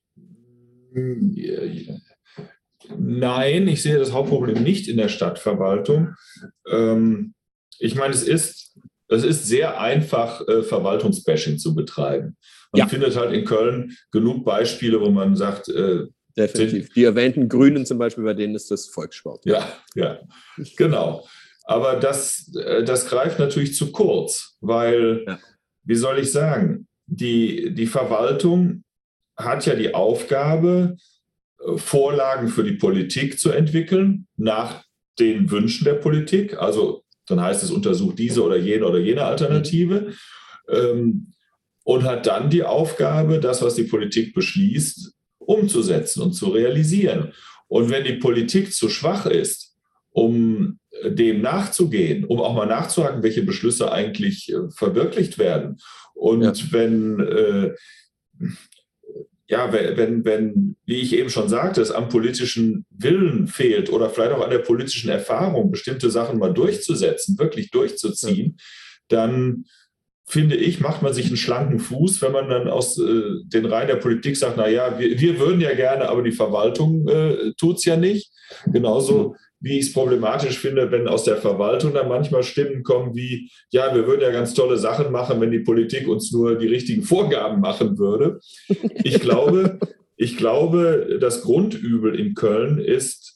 B: Nein, ich sehe das Hauptproblem nicht in der Stadtverwaltung. Ich meine, es ist sehr einfach, Verwaltungsbashing zu betreiben. Man findet halt in Köln genug Beispiele, wo man sagt,
A: definitiv. Die erwähnten Grünen zum Beispiel, bei denen ist das Volkssport.
B: Ja, genau. Aber das greift natürlich zu kurz, weil, wie soll ich sagen, die Verwaltung hat ja die Aufgabe, Vorlagen für die Politik zu entwickeln, nach den Wünschen der Politik. Also dann heißt es, untersucht diese oder jene Alternative. und hat dann die Aufgabe, das, was die Politik beschließt, umzusetzen und zu realisieren. Und wenn die Politik zu schwach ist, um dem nachzugehen, um auch mal nachzuhaken, welche Beschlüsse eigentlich verwirklicht werden, und wenn, wie ich eben schon sagte, es am politischen Willen fehlt oder vielleicht auch an der politischen Erfahrung, bestimmte Sachen mal durchzusetzen, wirklich durchzuziehen, dann finde ich, macht man sich einen schlanken Fuß, wenn man dann aus den Reihen der Politik sagt, naja, wir würden ja gerne, aber die Verwaltung tut es ja nicht. Genauso wie ich es problematisch finde, wenn aus der Verwaltung dann manchmal Stimmen kommen wie, ja, wir würden ja ganz tolle Sachen machen, wenn die Politik uns nur die richtigen Vorgaben machen würde. Ich glaube, das Grundübel in Köln ist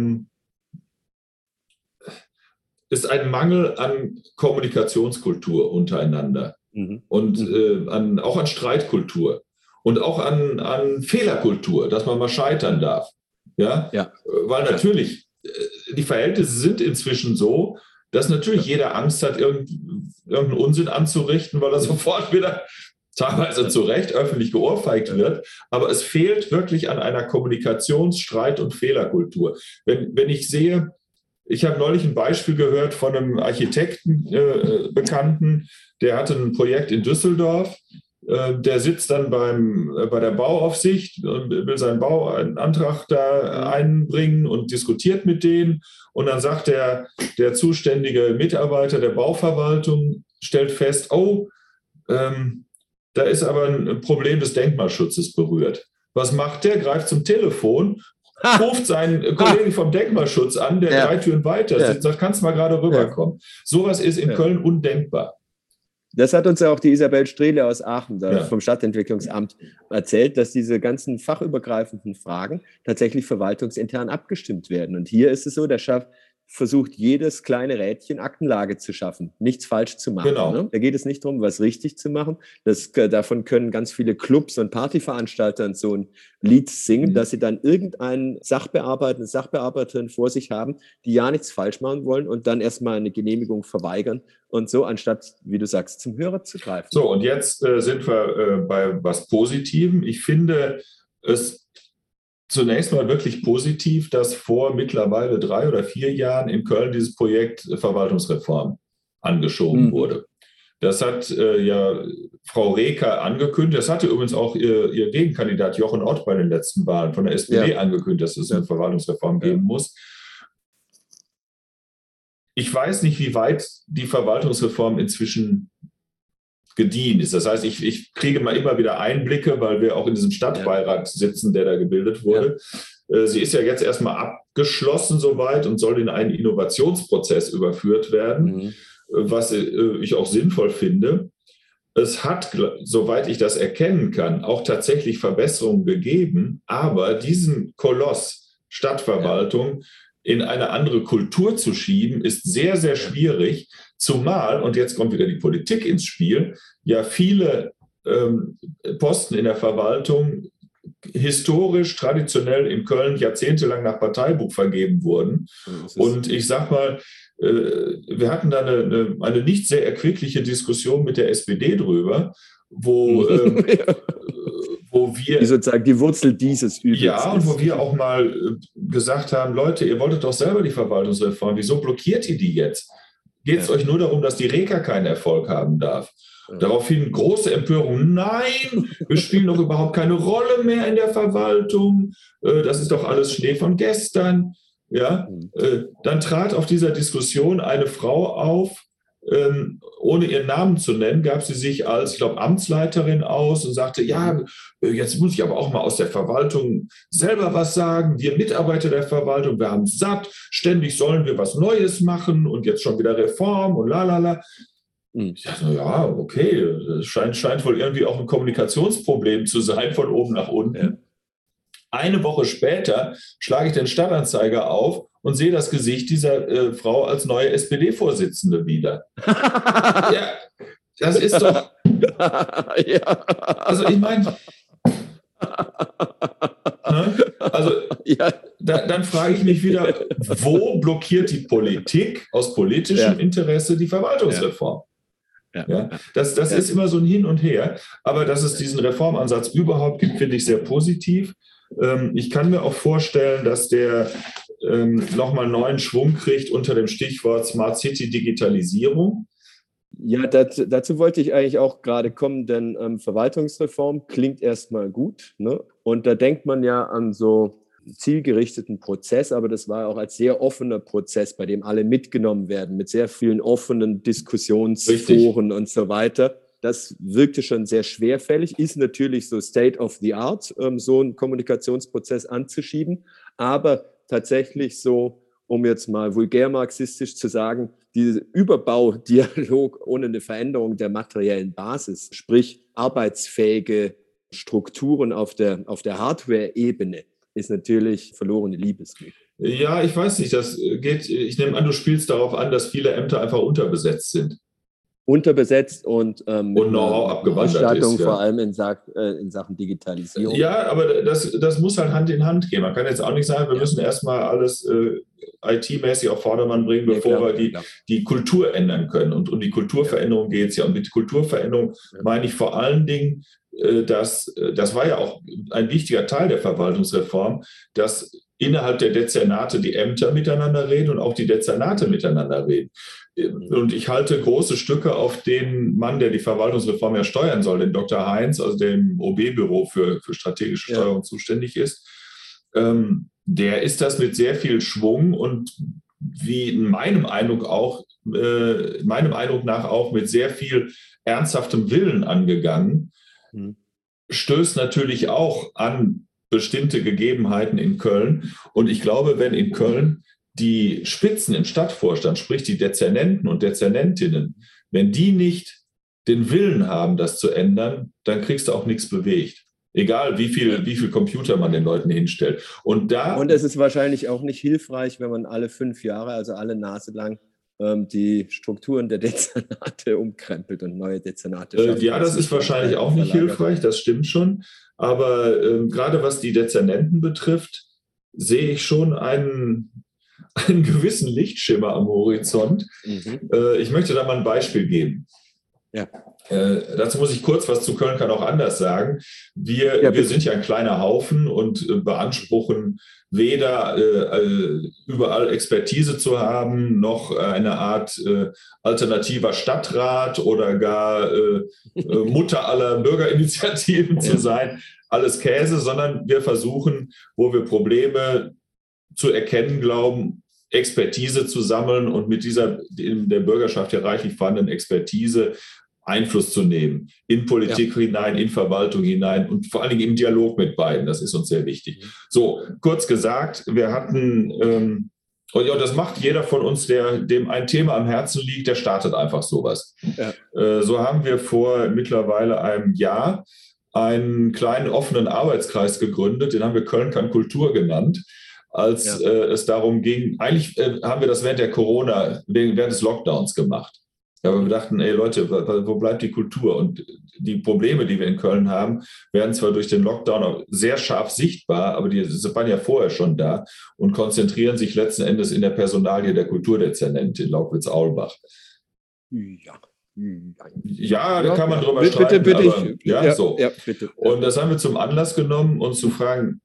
B: ein Mangel an Kommunikationskultur untereinander und auch an Streitkultur und auch an Fehlerkultur, dass man mal scheitern darf. Ja? Weil natürlich die Verhältnisse sind inzwischen so, dass natürlich jeder Angst hat, irgendeinen Unsinn anzurichten, weil er sofort wieder teilweise zu Recht öffentlich geohrfeigt wird. Aber es fehlt wirklich an einer Kommunikations-, Streit- und Fehlerkultur. Wenn ich sehe, ich habe neulich ein Beispiel gehört von einem Architekten Bekannten, der hatte ein Projekt in Düsseldorf. Der sitzt dann bei der Bauaufsicht und will seinen Bauantrag da einbringen und diskutiert mit denen. Und dann sagt der zuständige Mitarbeiter der Bauverwaltung, stellt fest, da ist aber ein Problem des Denkmalschutzes berührt. Was macht der? Greift zum Telefon, ruft seinen Kollegen vom Denkmalschutz an, der 3 Türen weiter sitzt, sagt, kannst du mal gerade rüberkommen. Sowas ist in Köln undenkbar.
A: Das hat uns ja auch die Isabel Strehle aus Aachen vom Stadtentwicklungsamt erzählt, dass diese ganzen fachübergreifenden Fragen tatsächlich verwaltungsintern abgestimmt werden. Und hier ist es so, der Chef versucht, jedes kleine Rädchen Aktenlage zu schaffen, nichts falsch zu machen.
B: Genau.
A: Ne? Da geht es nicht darum, was richtig zu machen. Davon können ganz viele Clubs und Partyveranstalter und so ein Lied singen, dass sie dann irgendeinen Sachbearbeiter, eine Sachbearbeiterin vor sich haben, die ja nichts falsch machen wollen und dann erstmal eine Genehmigung verweigern und so, anstatt, wie du sagst, zum Hörer zu greifen.
B: So, und jetzt sind wir bei was Positivem. Ich finde es zunächst mal wirklich positiv, dass vor mittlerweile 3 oder 4 Jahren in Köln dieses Projekt Verwaltungsreform angeschoben wurde. Das hat Frau Reker angekündigt. Das hatte übrigens auch ihr Gegenkandidat Jochen Ott bei den letzten Wahlen von der SPD angekündigt, dass es eine Verwaltungsreform geben muss. Ich weiß nicht, wie weit die Verwaltungsreform inzwischen gediehen ist. Das heißt, ich kriege mal immer wieder Einblicke, weil wir auch in diesem Stadtbeirat sitzen, der da gebildet wurde. Sie ist ja jetzt erstmal abgeschlossen soweit und soll in einen Innovationsprozess überführt werden, was ich auch sinnvoll finde. Es hat, soweit ich das erkennen kann, auch tatsächlich Verbesserungen gegeben, aber diesen Koloss Stadtverwaltung in eine andere Kultur zu schieben, ist sehr, sehr schwierig. Zumal, und jetzt kommt wieder die Politik ins Spiel, ja viele Posten in der Verwaltung historisch, traditionell in Köln jahrzehntelang nach Parteibuch vergeben wurden. Und ich sag mal, wir hatten da eine nicht sehr erquickliche Diskussion mit der SPD drüber, wo wir...
A: Die sozusagen die Wurzel dieses Übels
B: Ja, und wo wir auch mal gesagt haben, Leute, ihr wolltet doch selber die Verwaltungsreform, wieso blockiert ihr die jetzt? Geht es euch nur darum, dass die Reker keinen Erfolg haben darf? Daraufhin große Empörung, nein, wir spielen doch überhaupt keine Rolle mehr in der Verwaltung, das ist doch alles Schnee von gestern. Ja? Dann trat auf dieser Diskussion eine Frau auf, ohne ihren Namen zu nennen, gab sie sich als, ich glaube, Amtsleiterin aus und sagte, ja, jetzt muss ich aber auch mal aus der Verwaltung selber was sagen. Wir Mitarbeiter der Verwaltung, wir haben satt, ständig sollen wir was Neues machen und jetzt schon wieder Reform und lalala. Ich dachte, ja, okay, das scheint wohl irgendwie auch ein Kommunikationsproblem zu sein, von oben nach unten. Ja. Eine Woche später schlage ich den Stadtanzeiger auf und sehe das Gesicht dieser Frau als neue SPD-Vorsitzende wieder. Ja, das ist doch... Also ich meine... Also dann frage ich mich wieder, wo blockiert die Politik aus politischem Interesse die Verwaltungsreform?
A: ja,
B: Ja,
A: ja.
B: das ist immer so ein Hin und Her. Aber dass es diesen Reformansatz überhaupt gibt, finde ich sehr positiv. Ich kann mir auch vorstellen, dass der nochmal neuen Schwung kriegt unter dem Stichwort Smart City Digitalisierung.
A: Ja, dazu wollte ich eigentlich auch gerade kommen, denn Verwaltungsreform klingt erstmal gut, ne? Und da denkt man ja an so zielgerichteten Prozess, aber das war auch als sehr offener Prozess, bei dem alle mitgenommen werden, mit sehr vielen offenen Diskussionsforen und so weiter. Das wirkte schon sehr schwerfällig, ist natürlich so State of the Art, so einen Kommunikationsprozess anzuschieben, aber tatsächlich so, um jetzt mal vulgär marxistisch zu sagen, dieser Überbaudialog ohne eine Veränderung der materiellen Basis, sprich arbeitsfähige Strukturen auf der Hardware-Ebene, ist natürlich verlorene Liebesmüh.
B: Ja, ich weiß nicht, das geht, ich nehme an, du spielst darauf an, dass viele Ämter einfach unterbesetzt sind
A: Unterbesetzt und
B: und Know-how
A: mit einer
B: abgewandert ist,
A: Ausstattung, vor
B: ja.
A: allem in Sachen Digitalisierung.
B: Ja, aber das muss halt Hand in Hand gehen. Man kann jetzt auch nicht sagen, wir müssen erstmal alles IT-mäßig auf Vordermann bringen, bevor wir die Kultur ändern können. Und um die Kulturveränderung geht es ja. Und mit Kulturveränderung meine ich vor allen Dingen, das war ja auch ein wichtiger Teil der Verwaltungsreform, dass innerhalb der Dezernate die Ämter miteinander reden und auch die Dezernate miteinander reden. Und ich halte große Stücke auf den Mann, der die Verwaltungsreform ja steuern soll, den Dr. Heinz, also dem OB-Büro für strategische Steuerung zuständig ist. Der ist das mit sehr viel Schwung und wie in meinem Eindruck nach auch mit sehr viel ernsthaftem Willen angegangen. Stößt natürlich auch an bestimmte Gegebenheiten in Köln. Und ich glaube, wenn in Köln die Spitzen im Stadtvorstand, sprich die Dezernenten und Dezernentinnen, wenn die nicht den Willen haben, das zu ändern, dann kriegst du auch nichts bewegt. Egal, wie viel Computer man den Leuten hinstellt. Und
A: es ist wahrscheinlich auch nicht hilfreich, wenn man alle 5 Jahre, also alle Nase lang, die Strukturen der Dezernate umkrempelt und neue Dezernate schafft.
B: Ja, das ist wahrscheinlich auch nicht hilfreich, das stimmt schon. Aber gerade was die Dezernenten betrifft, sehe ich schon einen gewissen Lichtschimmer am Horizont. Ich möchte da mal ein Beispiel geben.
A: Ja.
B: Dazu muss ich kurz was zu Köln kann auch anders sagen. Wir sind ja ein kleiner Haufen und beanspruchen weder überall Expertise zu haben, noch eine Art alternativer Stadtrat oder gar Mutter aller Bürgerinitiativen zu sein. Alles Käse, sondern wir versuchen, wo wir Probleme zu erkennen glauben, Expertise zu sammeln und mit dieser in der Bürgerschaft ja reichlich vorhandenen Expertise Einfluss zu nehmen. In Politik hinein, in Verwaltung hinein und vor allen Dingen im Dialog mit beiden. Das ist uns sehr wichtig. So, kurz gesagt, wir hatten, und das macht jeder von uns, dem ein Thema am Herzen liegt, der startet einfach sowas. Ja. So haben wir vor mittlerweile einem Jahr einen kleinen offenen Arbeitskreis gegründet, den haben wir Köln kann Kultur genannt. Als es darum ging, eigentlich haben wir das während des Lockdowns gemacht. Aber wir dachten, ey Leute, wo bleibt die Kultur? Und die Probleme, die wir in Köln haben, werden zwar durch den Lockdown sehr scharf sichtbar, aber die waren ja vorher schon da und konzentrieren sich letzten Endes in der Personalie der Kulturdezernentin Laubwitz-Aulbach. Ja, da kann man drüber streiten. Bitte. Und das haben wir zum Anlass genommen, uns zu fragen,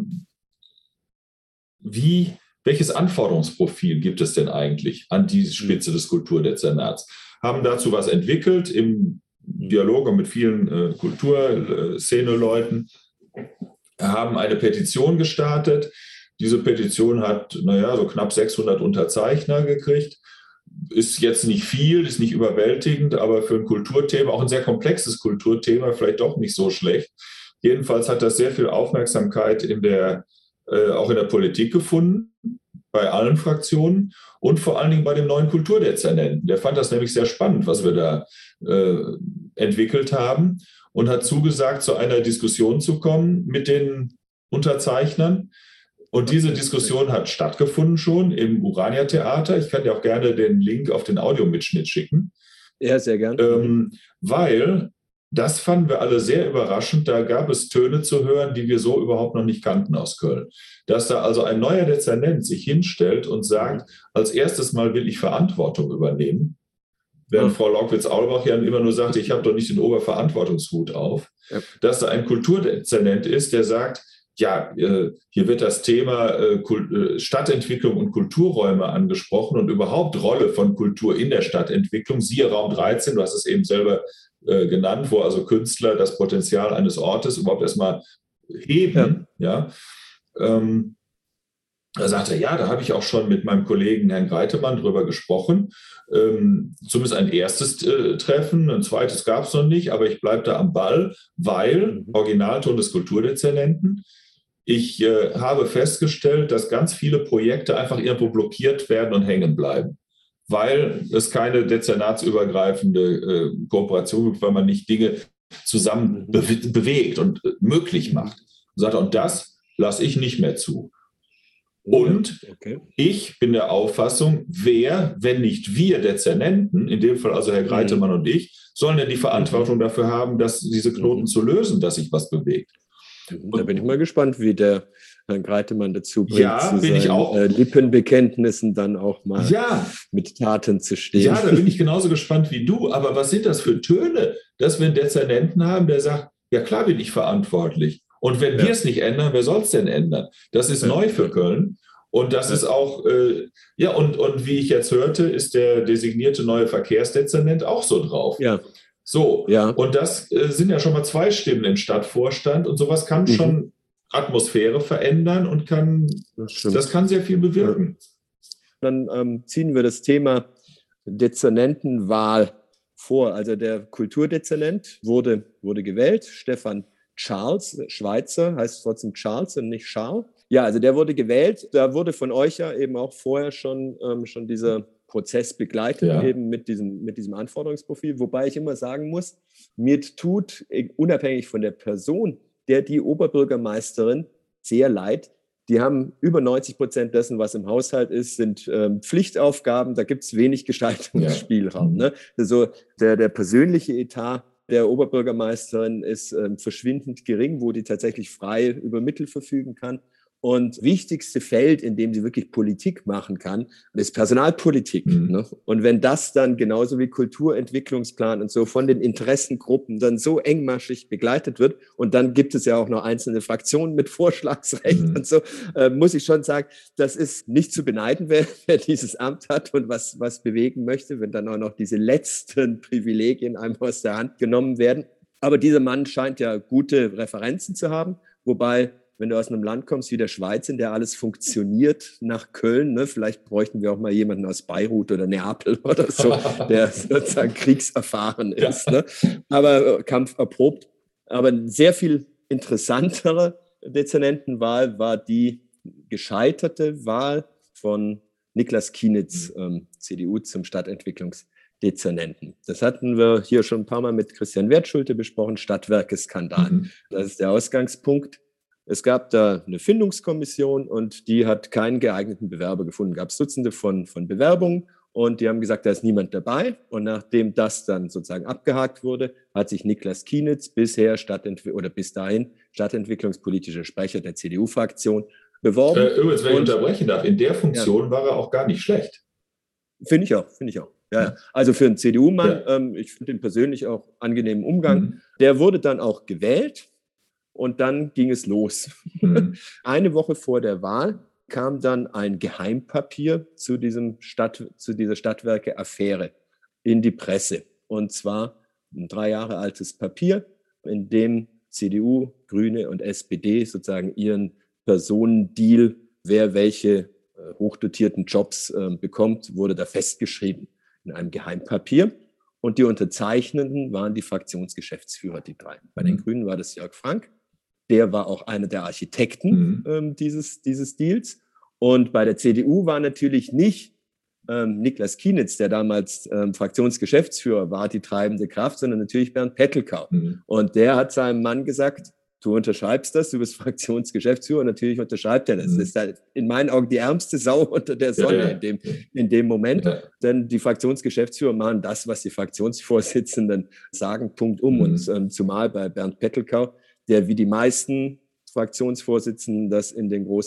B: welches Anforderungsprofil gibt es denn eigentlich an die Spitze des Kulturdezernats? Haben dazu was entwickelt im Dialog mit vielen Kulturszene-Leuten, haben eine Petition gestartet. Diese Petition hat, so knapp 600 Unterzeichner gekriegt. Ist jetzt nicht viel, ist nicht überwältigend, aber für ein Kulturthema, auch ein sehr komplexes Kulturthema, vielleicht doch nicht so schlecht. Jedenfalls hat das sehr viel Aufmerksamkeit auch in der Politik gefunden, bei allen Fraktionen und vor allen Dingen bei dem neuen Kulturdezernenten. Der fand das nämlich sehr spannend, was wir da entwickelt haben und hat zugesagt, zu einer Diskussion zu kommen mit den Unterzeichnern. Und diese Diskussion hat stattgefunden schon im Urania-Theater. Ich kann dir auch gerne den Link auf den Audiomitschnitt schicken.
A: Ja, sehr gern.
B: Weil das fanden wir alle sehr überraschend. Da gab es Töne zu hören, die wir so überhaupt noch nicht kannten aus Köln. Dass da also ein neuer Dezernent sich hinstellt und sagt, als erstes Mal will ich Verantwortung übernehmen. während Frau Lockwitz-Aulbach ja immer nur sagte, ich habe doch nicht den Oberverantwortungshut auf, dass da ein Kulturdezernent ist, der sagt, ja, hier wird das Thema Stadtentwicklung und Kulturräume angesprochen und überhaupt Rolle von Kultur in der Stadtentwicklung. Siehe Raum 13, du hast es eben selber genannt, wo also Künstler das Potenzial eines Ortes überhaupt erstmal heben. Ja. Da sagt er, ja, da habe ich auch schon mit meinem Kollegen Herrn Greitemann drüber gesprochen. Zumindest ein erstes Treffen, ein zweites gab es noch nicht, aber ich bleibe da am Ball, weil, Originalton des Kulturdezernenten, ich habe festgestellt, dass ganz viele Projekte einfach irgendwo blockiert werden und hängen bleiben, weil es keine dezernatsübergreifende Kooperation gibt, weil man nicht Dinge zusammen bewegt und möglich macht. Und das lasse ich nicht mehr zu. Und ich bin der Auffassung, wer, wenn nicht wir Dezernenten, in dem Fall also Herr Greitemann und ich, sollen denn die Verantwortung dafür haben, dass diese Knoten zu lösen, dass sich was bewegt.
A: Da bin ich mal gespannt, wie der Herrn Greitemann dazu bringt,
B: ja,
A: zu seinen Lippenbekenntnissen dann auch mal mit Taten zu stehen.
B: Ja, da bin ich genauso gespannt wie du. Aber was sind das für Töne, dass wir einen Dezernenten haben, der sagt, ja klar bin ich verantwortlich. Und wenn wir es nicht ändern, wer soll es denn ändern? Das ist neu für Köln. Und das ist auch, und wie ich jetzt hörte, ist der designierte neue Verkehrsdezernent auch so drauf.
A: Ja.
B: So, und das sind ja schon mal 2 Stimmen im Stadtvorstand und sowas kann schon Atmosphäre verändern und das kann sehr viel bewirken.
A: Dann ziehen wir das Thema Dezernentenwahl vor. Also der Kulturdezernent wurde gewählt, Stefan Charles, Schweizer, heißt trotzdem Charles und nicht Charles. Ja, also der wurde gewählt. Da wurde von euch ja eben auch vorher schon dieser Prozess begleitet, eben mit diesem Anforderungsprofil. Wobei ich immer sagen muss, mir tut, unabhängig von der Person, die Oberbürgermeisterin sehr leid. Die haben über 90% dessen, was im Haushalt ist, sind Pflichtaufgaben. Da gibt es wenig Gestaltungsspielraum. Ne? Also der persönliche Etat der Oberbürgermeisterin ist verschwindend gering, wo die tatsächlich frei über Mittel verfügen kann. Und wichtigste Feld, in dem sie wirklich Politik machen kann, ist Personalpolitik. Ne? Und wenn das dann genauso wie Kulturentwicklungsplan und so von den Interessengruppen dann so engmaschig begleitet wird und dann gibt es ja auch noch einzelne Fraktionen mit Vorschlagsrecht und so, muss ich schon sagen, das ist nicht zu beneiden, wer dieses Amt hat und was bewegen möchte, wenn dann auch noch diese letzten Privilegien einem aus der Hand genommen werden. Aber dieser Mann scheint ja gute Referenzen zu haben, wobei wenn du aus einem Land kommst wie der Schweiz, in der alles funktioniert, nach Köln, ne, vielleicht bräuchten wir auch mal jemanden aus Beirut oder Neapel oder so, der sozusagen kriegserfahren ist, ne, aber kampferprobt. Aber eine sehr viel interessantere Dezernentenwahl war die gescheiterte Wahl von Niklas Kienitz, CDU, zum Stadtentwicklungsdezernenten. Das hatten wir hier schon ein paar Mal mit Christian Wertschulte besprochen, Stadtwerke-Skandal. Das ist der Ausgangspunkt. Es gab da eine Findungskommission und die hat keinen geeigneten Bewerber gefunden. Es gab Dutzende von Bewerbungen und die haben gesagt, da ist niemand dabei. Und nachdem das dann sozusagen abgehakt wurde, hat sich Niklas Kienitz bis dahin stadtentwicklungspolitischer Sprecher der CDU-Fraktion beworben.
B: Übrigens, wenn ich unterbrechen darf, in der Funktion war er auch gar nicht schlecht.
A: Finde ich auch. Ja. Also für einen CDU-Mann, ich finde den persönlich auch angenehmen Umgang. Der wurde dann auch gewählt. Und dann ging es los. Eine Woche vor der Wahl kam dann ein Geheimpapier zu dieser Stadtwerke-Affäre in die Presse. Und zwar ein 3 Jahre altes Papier, in dem CDU, Grüne und SPD sozusagen ihren Personendeal, wer welche hochdotierten Jobs bekommt, wurde da festgeschrieben in einem Geheimpapier. Und die Unterzeichnenden waren die Fraktionsgeschäftsführer, die 3. Bei den Grünen war das Jörg Frank. Der war auch einer der Architekten dieses Deals. Und bei der CDU war natürlich nicht Niklas Kienitz, der damals Fraktionsgeschäftsführer war, die treibende Kraft, sondern natürlich Bernd Pettelkau. Und der hat seinem Mann gesagt, du unterschreibst das, du bist Fraktionsgeschäftsführer, und natürlich unterschreibt er das. Das ist halt in meinen Augen die ärmste Sau unter der Sonne in dem Moment. Ja. Denn die Fraktionsgeschäftsführer machen das, was die Fraktionsvorsitzenden sagen, Punkt Und zumal bei Bernd Pettelkau, der wie die meisten Fraktionsvorsitzenden das in den großen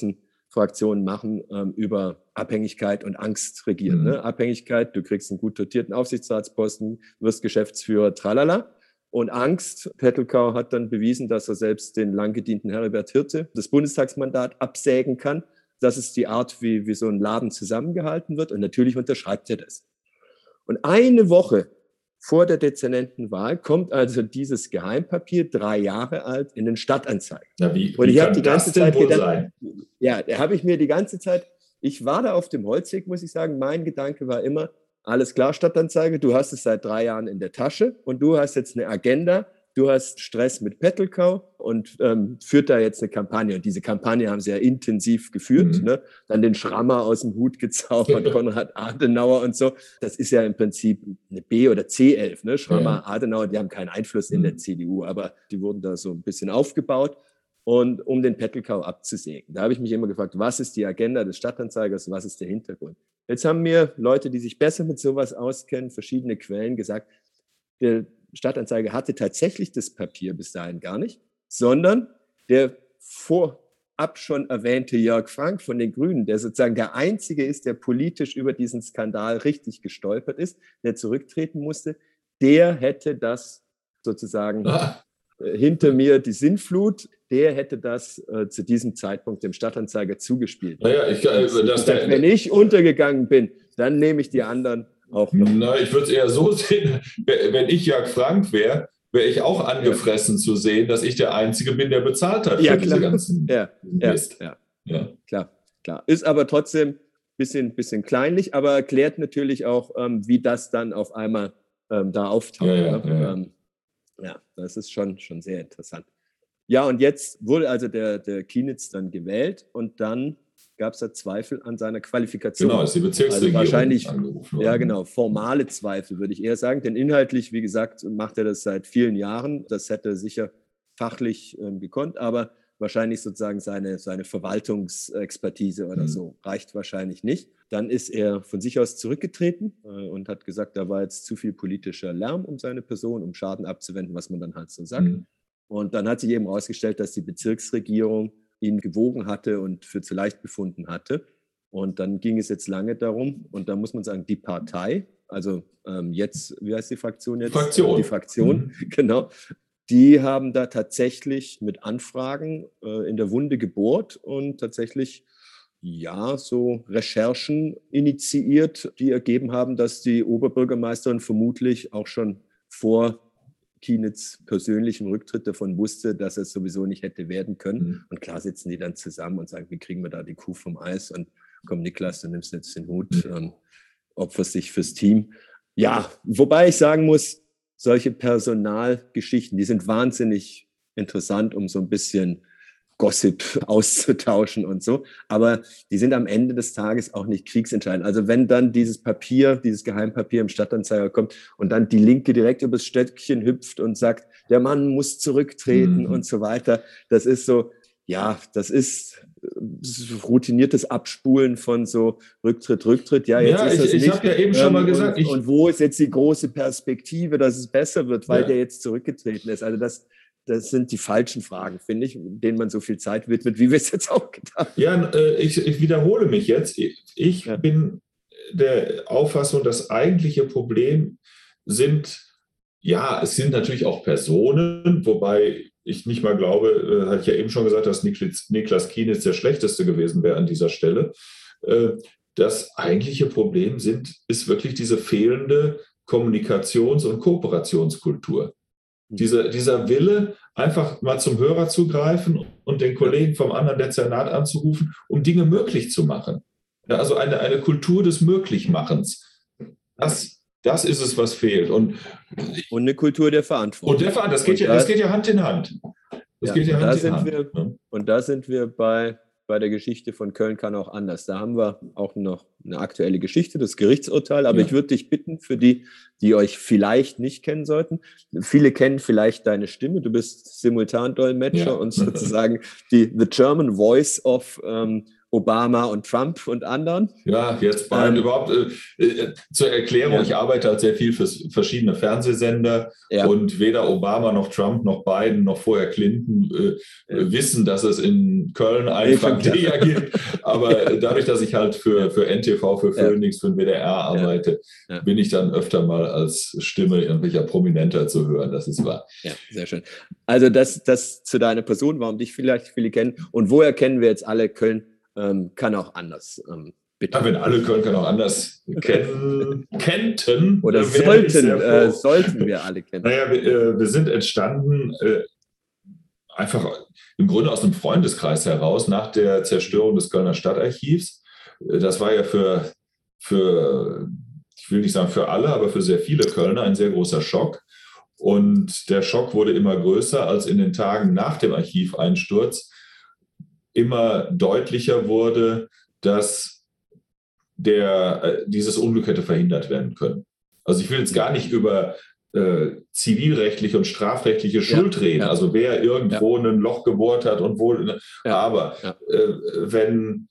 A: Fraktionen machen, über Abhängigkeit und Angst regieren. Ne? Abhängigkeit, du kriegst einen gut dotierten Aufsichtsratsposten, wirst Geschäftsführer, tralala. Und Angst, Petelkau hat dann bewiesen, dass er selbst den lang gedienten Heribert Hirte das Bundestagsmandat absägen kann. Das ist die Art, wie so ein Laden zusammengehalten wird. Und natürlich unterschreibt er das. Und eine Woche vor der dezernenten Wahl kommt also dieses Geheimpapier, 3 Jahre alt, in den Stadtanzeiger.
B: Ja, wie
A: und ich habe
B: kann
A: die ganze
B: das denn
A: Zeit
B: wohl
A: gedacht,
B: sein?
A: ja, da habe ich mir die ganze Zeit, ich war da auf dem Holzweg, muss ich sagen, mein Gedanke war immer, alles klar, Stadtanzeige, du hast es seit 3 Jahren in der Tasche und du hast jetzt eine Agenda, du hast Stress mit Petelkau und führt da jetzt eine Kampagne. Und diese Kampagne haben sie ja intensiv geführt. Ne? Dann den Schrammer aus dem Hut gezaubert, Konrad Adenauer und so. Das ist ja im Prinzip eine B- oder C11. Ne? Schrammer, Adenauer, die haben keinen Einfluss in der CDU, aber die wurden da so ein bisschen aufgebaut. Und um den Petelkau abzusägen. Da habe ich mich immer gefragt, was ist die Agenda des Stadtanzeigers, was ist der Hintergrund? Jetzt haben mir Leute, die sich besser mit sowas auskennen, verschiedene Quellen gesagt, der Stadtanzeiger hatte tatsächlich das Papier bis dahin gar nicht, sondern der vorab schon erwähnte Jörg Frank von den Grünen, der sozusagen der Einzige ist, der politisch über diesen Skandal richtig gestolpert ist, der zurücktreten musste, der hätte das sozusagen hinter mir die Sinnflut, der hätte das zu diesem Zeitpunkt dem Stadtanzeiger zugespielt.
B: Naja,
A: wenn ich untergegangen bin, dann nehme ich die anderen auch noch.
B: Na, ich würde es eher so sehen, wenn ich Jörg Frank wäre ich auch angefressen zu sehen, dass ich der Einzige bin, der bezahlt hat für diese ganzen Mist.
A: Ja, klar. Ist aber trotzdem ein bisschen kleinlich, aber erklärt natürlich auch, wie das dann auf einmal da auftaucht. Ja, das ist schon sehr interessant. Ja, und jetzt wurde also der Kienitz dann gewählt und dann gab es da Zweifel an seiner Qualifikation.
B: Genau, ist die Bezirksregierung
A: wahrscheinlich
B: angerufen worden.
A: Ja, genau, formale Zweifel würde ich eher sagen, denn inhaltlich, wie gesagt, macht er das seit vielen Jahren. Das hätte er sicher fachlich gekonnt, aber wahrscheinlich sozusagen seine Verwaltungsexpertise oder so reicht wahrscheinlich nicht. Dann ist er von sich aus zurückgetreten und hat gesagt, da war jetzt zu viel politischer Lärm um seine Person, um Schaden abzuwenden, was man dann halt so sagt. Und dann hat sich eben herausgestellt, dass die Bezirksregierung ihn gewogen hatte und für zu leicht befunden hatte. Und dann ging es jetzt lange darum, und da muss man sagen, die Partei, also jetzt, wie heißt die Fraktion jetzt? Die Fraktion, genau. Die haben da tatsächlich mit Anfragen in der Wunde gebohrt und tatsächlich so Recherchen initiiert, die ergeben haben, dass die Oberbürgermeisterin vermutlich auch schon vor Kienitz persönlichem Rücktritt davon wusste, dass er es sowieso nicht hätte werden können. Und klar sitzen die dann zusammen und sagen, wie kriegen wir da die Kuh vom Eis? Und komm, Niklas, du nimmst jetzt den Hut, opferst dich fürs Team. Ja, wobei ich sagen muss, solche Personalgeschichten, die sind wahnsinnig interessant, um so ein bisschen Gossip auszutauschen und so. Aber die sind am Ende des Tages auch nicht kriegsentscheidend. Also wenn dann dieses Geheimpapier im Stadtanzeiger kommt und dann die Linke direkt übers Stöckchen hüpft und sagt, der Mann muss zurücktreten und so weiter, das ist so, das ist routiniertes Abspulen von so Rücktritt. Ja, jetzt ist es nicht.
B: Ich habe ja eben schon mal gesagt.
A: Und wo ist jetzt die große Perspektive, dass es besser wird, weil der jetzt zurückgetreten ist? Also das sind die falschen Fragen, finde ich, denen man so viel Zeit widmet, wie wir es jetzt auch getan haben.
B: Ja, ich wiederhole mich jetzt. Ich bin der Auffassung, das eigentliche Problem es sind natürlich auch Personen, wobei ich nicht mal glaube, hatte ich ja eben schon gesagt, dass Niklas Kienitz der Schlechteste gewesen wäre an dieser Stelle. Das eigentliche Problem ist wirklich diese fehlende Kommunikations- und Kooperationskultur. Dieser Wille, einfach mal zum Hörer zu greifen und den Kollegen vom anderen Dezernat anzurufen, um Dinge möglich zu machen. Ja, also eine Kultur des Möglichmachens. Das ist es, was fehlt. Und
A: eine Kultur der Verantwortung.
B: Das geht ja Hand in Hand.
A: Und da sind wir bei der Geschichte von Köln kann auch anders. Da haben wir auch noch eine aktuelle Geschichte, das Gerichtsurteil. Aber ich würde dich bitten, für die euch vielleicht nicht kennen sollten, viele kennen vielleicht deine Stimme. Du bist Simultandolmetscher und sozusagen the German voice of Obama und Trump und anderen.
B: Ja, jetzt Biden überhaupt. Zur Erklärung, ich arbeite halt sehr viel für verschiedene Fernsehsender und weder Obama noch Trump noch Biden noch vorher Clinton wissen, dass es in Köln einen Frank Deja gibt. Aber dadurch, dass ich halt für NTV, für Phoenix, für den WDR arbeite, bin ich dann öfter mal als Stimme irgendwelcher Prominenter zu hören. Das ist wahr.
A: Ja, sehr schön. Also das zu deiner Person, warum dich vielleicht viele kennen und woher kennen wir jetzt alle Köln? Kann auch anders.
B: Bitte. Ja, wenn alle Köln kann auch anders kennten.
A: Oder sollten wir alle kennen.
B: Naja, wir sind entstanden einfach im Grunde aus einem Freundeskreis heraus nach der Zerstörung des Kölner Stadtarchivs. Das war ja für ich will nicht sagen für alle, aber für sehr viele Kölner ein sehr großer Schock. Und der Schock wurde immer größer, als in den Tagen nach dem Archiveinsturz immer deutlicher wurde, dass dieses Unglück hätte verhindert werden können. Also ich will jetzt gar nicht über zivilrechtliche und strafrechtliche Schuld reden, also wer irgendwo ein Loch gebohrt hat und wo, aber wenn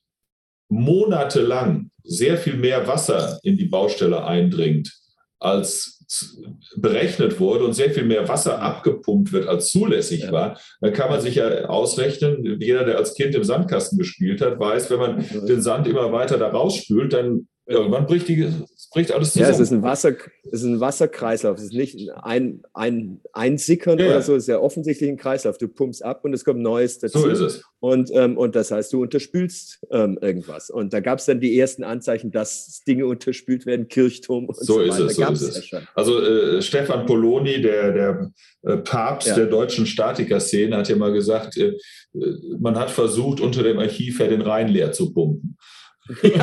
B: monatelang sehr viel mehr Wasser in die Baustelle eindringt, als berechnet wurde und sehr viel mehr Wasser abgepumpt wird, als zulässig war, dann kann man sich ja ausrechnen, jeder, der als Kind im Sandkasten gespielt hat, weiß, wenn man den Sand immer weiter da rausspült, dann irgendwann bricht alles zusammen.
A: Ja, es ist ein Wasserkreislauf. Es ist nicht ein Einsickern oder so. Es ist ja offensichtlich ein Kreislauf. Du pumpst ab und es kommt Neues dazu.
B: So ist es.
A: Und das heißt, du unterspülst irgendwas. Und da gab es dann die ersten Anzeichen, dass Dinge unterspült werden, Kirchturm und so weiter.
B: So ist es. Also Stefan Poloni, der Papst der deutschen Statikerszene, hat ja mal gesagt, man hat versucht, unter dem Archiv den Rhein leer zu pumpen. Ja,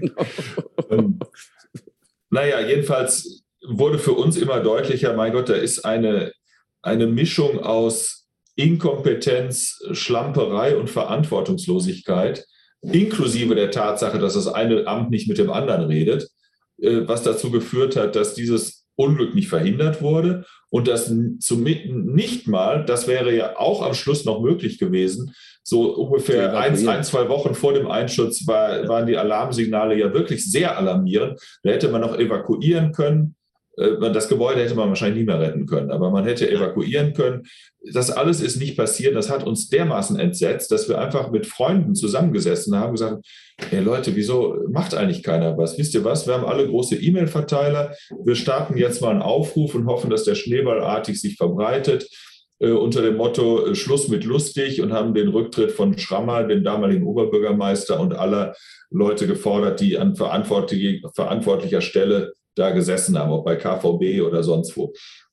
B: genau. Naja, jedenfalls wurde für uns immer deutlicher, mein Gott, da ist eine Mischung aus Inkompetenz, Schlamperei und Verantwortungslosigkeit, inklusive der Tatsache, dass das eine Amt nicht mit dem anderen redet, was dazu geführt hat, dass dieses Unglück nicht verhindert wurde und das nicht mal, das wäre ja auch am Schluss noch möglich gewesen, so ungefähr 2 Wochen vor dem Einsturz waren die Alarmsignale ja wirklich sehr alarmierend. Da hätte man noch evakuieren können. Das Gebäude hätte man wahrscheinlich nie mehr retten können, aber man hätte evakuieren können. Das alles ist nicht passiert. Das hat uns dermaßen entsetzt, dass wir einfach mit Freunden zusammengesessen haben und gesagt, hey Leute, wieso macht eigentlich keiner was? Wisst ihr was? Wir haben alle große E-Mail-Verteiler. Wir starten jetzt mal einen Aufruf und hoffen, dass der schneeballartig sich verbreitet. Unter dem Motto Schluss mit lustig und haben den Rücktritt von Schrammer, dem damaligen Oberbürgermeister und aller Leute gefordert, die an verantwortlicher Stelle da gesessen haben, auch bei KVB oder sonst wo.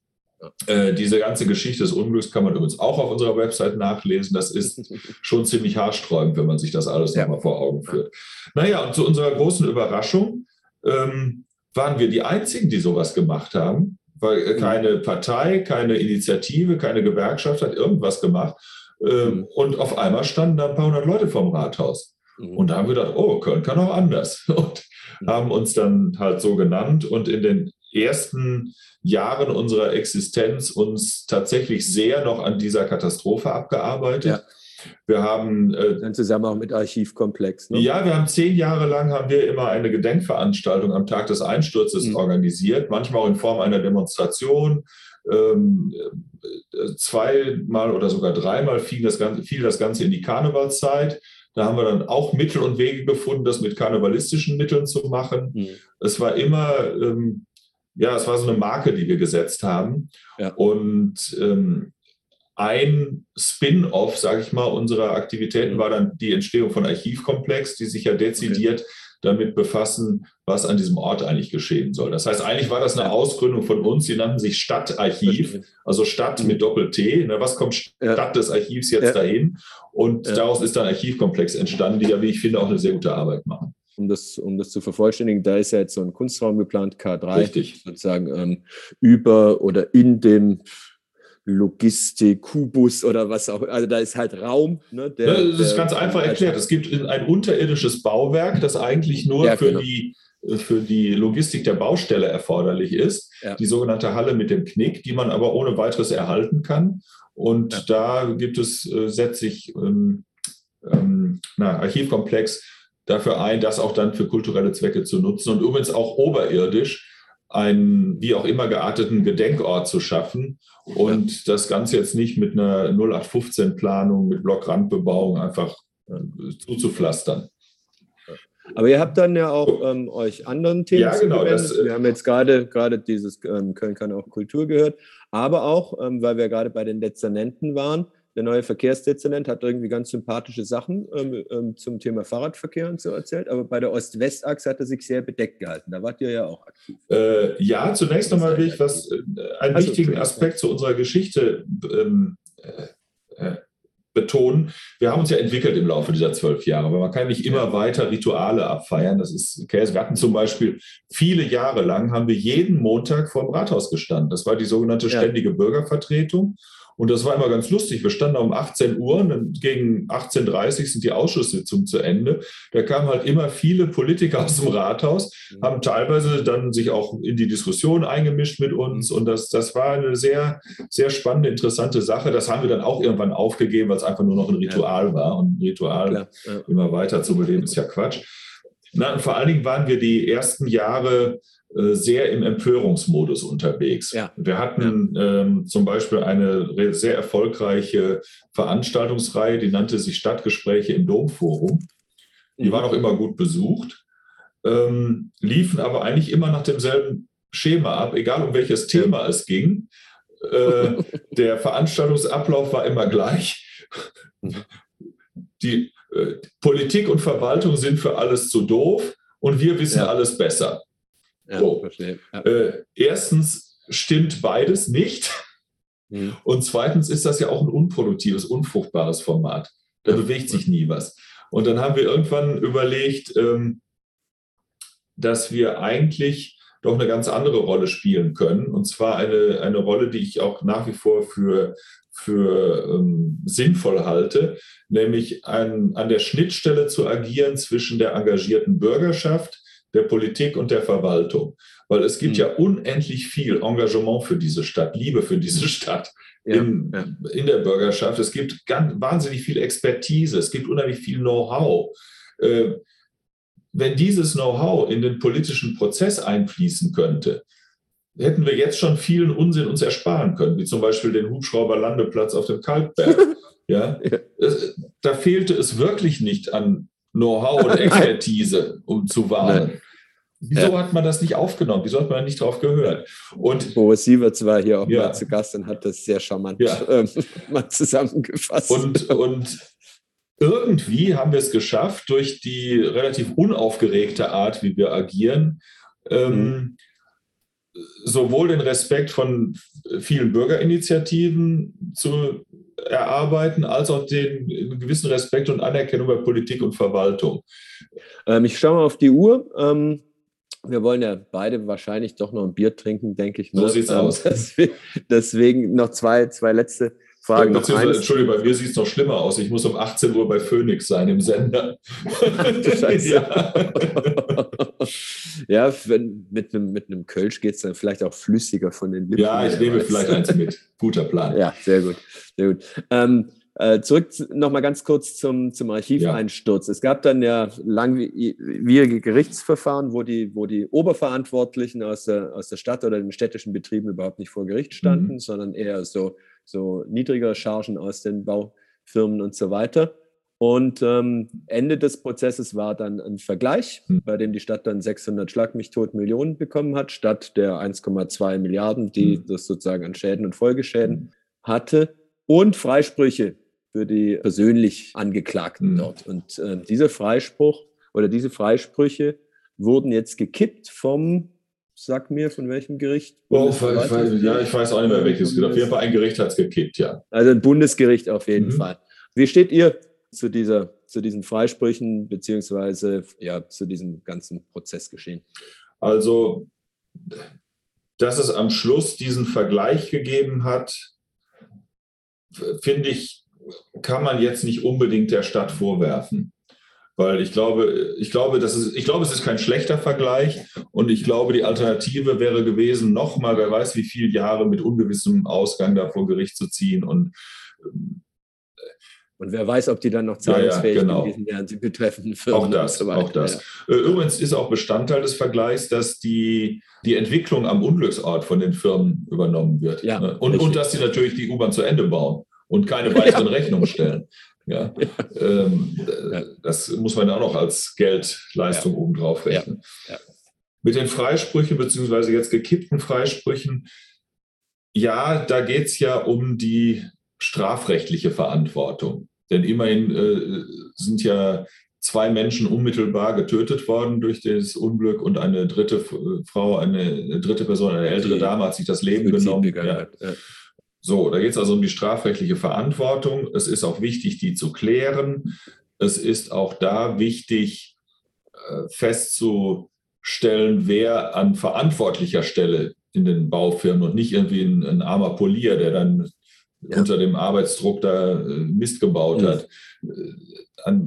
B: Diese ganze Geschichte des Unglücks kann man übrigens auch auf unserer Website nachlesen. Das ist schon ziemlich haarsträubend, wenn man sich das alles nochmal vor Augen führt. Naja, und zu unserer großen Überraschung waren wir die Einzigen, die sowas gemacht haben. Weil keine Partei, keine Initiative, keine Gewerkschaft hat irgendwas gemacht. Und auf einmal standen da ein paar hundert Leute vorm Rathaus. Und da haben wir gedacht, oh, Köln kann auch anders. Und haben uns dann halt so genannt und in den ersten Jahren unserer Existenz uns tatsächlich sehr noch an dieser Katastrophe abgearbeitet. Ja. Wir haben
A: dann zusammen auch mit Archivkomplex. Ne?
B: Ja, wir haben 10 Jahre lang haben wir immer eine Gedenkveranstaltung am Tag des Einsturzes organisiert, manchmal auch in Form einer Demonstration. 2-mal oder sogar 3-mal fiel das Ganze in die Karnevalszeit. Da haben wir dann auch Mittel und Wege gefunden, das mit karnevalistischen Mitteln zu machen. Es war immer, es war so eine Marke, die wir gesetzt haben. Ja. Und ein Spin-off, sage ich mal, unserer Aktivitäten war dann die Entstehung von Archivkomplex, die sich ja dezidiert damit befassen, was an diesem Ort eigentlich geschehen soll. Das heißt, eigentlich war das eine Ausgründung von uns, die nannten sich Stadtarchiv, also Stadt mit Doppel-T. Was kommt Stadt des Archivs jetzt dahin? Und daraus ist dann Archivkomplex entstanden, die ja, wie ich finde, auch eine sehr gute Arbeit machen.
A: Um das zu vervollständigen, da ist ja jetzt so ein Kunstraum geplant, K3,
B: Richtig.
A: Sozusagen über oder in dem Logistik, Kubus oder was auch, also da ist halt Raum. Ne,
B: das ist ganz einfach erklärt. Es gibt ein unterirdisches Bauwerk, das eigentlich nur für die Logistik der Baustelle erforderlich ist, die sogenannte Halle mit dem Knick, die man aber ohne weiteres erhalten kann. Und da gibt es, setzt sich Archivkomplex dafür ein, das auch dann für kulturelle Zwecke zu nutzen und übrigens auch oberirdisch einen wie auch immer gearteten Gedenkort zu schaffen und das Ganze jetzt nicht mit einer 0815-Planung, mit Blockrandbebauung einfach zuzupflastern.
A: Aber ihr habt dann ja auch euch anderen Themen
B: zugewendet.
A: Wir haben jetzt gerade dieses Köln kann auch Kultur gehört, aber auch, weil wir gerade bei den Dezernenten waren, der neue Verkehrsdezernent hat irgendwie ganz sympathische Sachen zum Thema Fahrradverkehr und so erzählt, aber bei der Ost-West-Achse hat er sich sehr bedeckt gehalten. Da wart ihr ja auch aktiv.
B: Zunächst nochmal will ich einen wichtigen Aspekt zu unserer Geschichte betonen. Wir haben uns ja entwickelt im Laufe dieser 12 Jahre, weil man kann nicht immer weiter Rituale abfeiern. Das ist Käse. Wir hatten zum Beispiel viele Jahre lang, haben wir jeden Montag vor dem Rathaus gestanden. Das war die sogenannte ständige Bürgervertretung. Und das war immer ganz lustig. Wir standen um 18 Uhr und gegen 18:30 Uhr sind die Ausschusssitzungen zu Ende. Da kamen halt immer viele Politiker aus dem Rathaus, haben teilweise dann sich auch in die Diskussion eingemischt mit uns. Und das war eine sehr, sehr spannende, interessante Sache. Das haben wir dann auch irgendwann aufgegeben, weil es einfach nur noch ein Ritual war. Und ein Ritual immer weiter zu beleben, ist ja Quatsch. Und vor allen Dingen waren wir die ersten Jahre sehr im Empörungsmodus unterwegs. Ja. Wir hatten zum Beispiel eine sehr erfolgreiche Veranstaltungsreihe, die nannte sich Stadtgespräche im Domforum. Die waren auch immer gut besucht, liefen aber eigentlich immer nach demselben Schema ab, egal um welches Thema es ging. Der Veranstaltungsablauf war immer gleich. Die Politik und Verwaltung sind für alles zu doof und wir wissen alles besser. Ja, so. Erstens stimmt beides nicht. Und zweitens ist das ja auch ein unproduktives, unfruchtbares Format. Da bewegt sich nie was. Und dann haben wir irgendwann überlegt, dass wir eigentlich doch eine ganz andere Rolle spielen können. Und zwar eine Rolle, die ich auch nach wie vor für sinnvoll halte, nämlich an der Schnittstelle zu agieren zwischen der engagierten Bürgerschaft, der Politik und der Verwaltung. Weil es gibt ja unendlich viel Engagement für diese Stadt, Liebe für diese Stadt in der Bürgerschaft. Es gibt wahnsinnig viel Expertise, es gibt unheimlich viel Know-how. Wenn dieses Know-how in den politischen Prozess einfließen könnte, hätten wir jetzt schon vielen Unsinn uns ersparen können, wie zum Beispiel den Hubschrauberlandeplatz auf dem Kalkberg. Da fehlte es wirklich nicht an Know-how und Expertise, um zu warnen. Wieso hat man das nicht aufgenommen? Wieso hat man nicht drauf gehört? Und
A: Boris Sieverts war hier auch mal zu Gast und hat das sehr charmant mal zusammengefasst.
B: Und irgendwie haben wir es geschafft, durch die relativ unaufgeregte Art, wie wir agieren, sowohl den Respekt von vielen Bürgerinitiativen zu erarbeiten, als auch den gewissen Respekt und Anerkennung bei Politik und Verwaltung.
A: Ich schaue mal auf die Uhr. Wir wollen ja beide wahrscheinlich doch noch ein Bier trinken, denke ich.
B: So sieht es aus.
A: Deswegen noch zwei letzte Fragen.
B: Entschuldigung, bei mir sieht es noch schlimmer aus. Ich muss um 18 Uhr bei Phoenix sein im Sender. Mit einem Kölsch geht es dann vielleicht auch flüssiger von den Lippen. Ja, ich nehme vielleicht eins mit. Guter Plan.
A: Ja, sehr gut. Sehr gut. Zurück noch mal ganz kurz zum Archiveinsturz. Es gab dann ja langwierige Gerichtsverfahren, wo die Oberverantwortlichen aus der Stadt oder den städtischen Betrieben überhaupt nicht vor Gericht standen, sondern eher so niedrigere Chargen aus den Baufirmen und so weiter. Und Ende des Prozesses war dann ein Vergleich, bei dem die Stadt dann 600 Schlag mich tot Millionen bekommen hat, statt der 1,2 Milliarden, die das sozusagen an Schäden und Folgeschäden hatte, und Freisprüche für die persönlich Angeklagten dort. Und dieser Freispruch oder diese Freisprüche wurden jetzt gekippt sag mir, von welchem Gericht?
B: Ich weiß auch nicht mehr, welches. Auf jeden Fall ein Gericht hat es gekippt, ja.
A: Also ein Bundesgericht auf jeden Fall. Wie steht ihr zu diesen Freisprüchen beziehungsweise zu diesem ganzen Prozessgeschehen?
B: Also, dass es am Schluss diesen Vergleich gegeben hat, finde ich, kann man jetzt nicht unbedingt der Stadt vorwerfen. Weil ich glaube, es ist kein schlechter Vergleich und ich glaube, die Alternative wäre gewesen, nochmal, wer weiß wie viele Jahre mit ungewissem Ausgang da vor Gericht zu ziehen. Und
A: Und wer weiß, ob die dann noch zahlungsfähig gewesen wären, die betreffenden Firmen.
B: Auch das. Übrigens ist auch Bestandteil des Vergleichs, dass die Entwicklung am Unglücksort von den Firmen übernommen wird.
A: Ja,
B: und dass sie natürlich die U-Bahn zu Ende bauen und keine weiteren Rechnungen stellen. Ja. Das muss man auch noch als Geldleistung obendrauf rechnen.
A: Ja.
B: Mit den Freisprüchen, beziehungsweise jetzt gekippten Freisprüchen, ja, da geht es ja um die strafrechtliche Verantwortung. Denn immerhin sind ja 2 Menschen unmittelbar getötet worden durch das Unglück und eine dritte Frau, eine dritte Person, eine ältere Dame hat sich das Leben genommen. Ja. So, da geht es also um die strafrechtliche Verantwortung. Es ist auch wichtig, die zu klären. Es ist auch da wichtig, festzustellen, wer an verantwortlicher Stelle in den Baufirmen und nicht irgendwie ein armer Polier, der dann unter dem Arbeitsdruck da Mist gebaut hat, in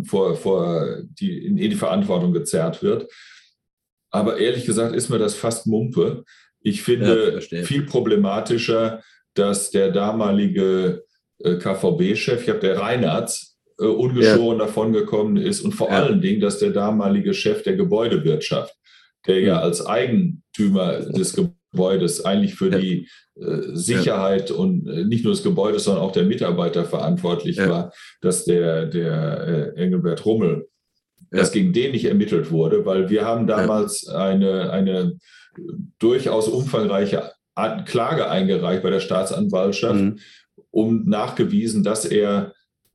B: die Verantwortung gezerrt wird. Aber ehrlich gesagt ist mir das fast Mumpe. Ich finde viel problematischer, dass der damalige KVB-Chef, der Reinhardt, ungeschoren davongekommen ist und vor allen Dingen, dass der damalige Chef der Gebäudewirtschaft, der ja als Eigentümer des Gebäudes eigentlich für die Sicherheit und nicht nur des Gebäudes, sondern auch der Mitarbeiter verantwortlich war, dass der Engelbert Rummel, dass gegen den nicht ermittelt wurde, weil wir haben damals eine durchaus umfangreiche Klage eingereicht bei der Staatsanwaltschaft, um nachgewiesen, dass er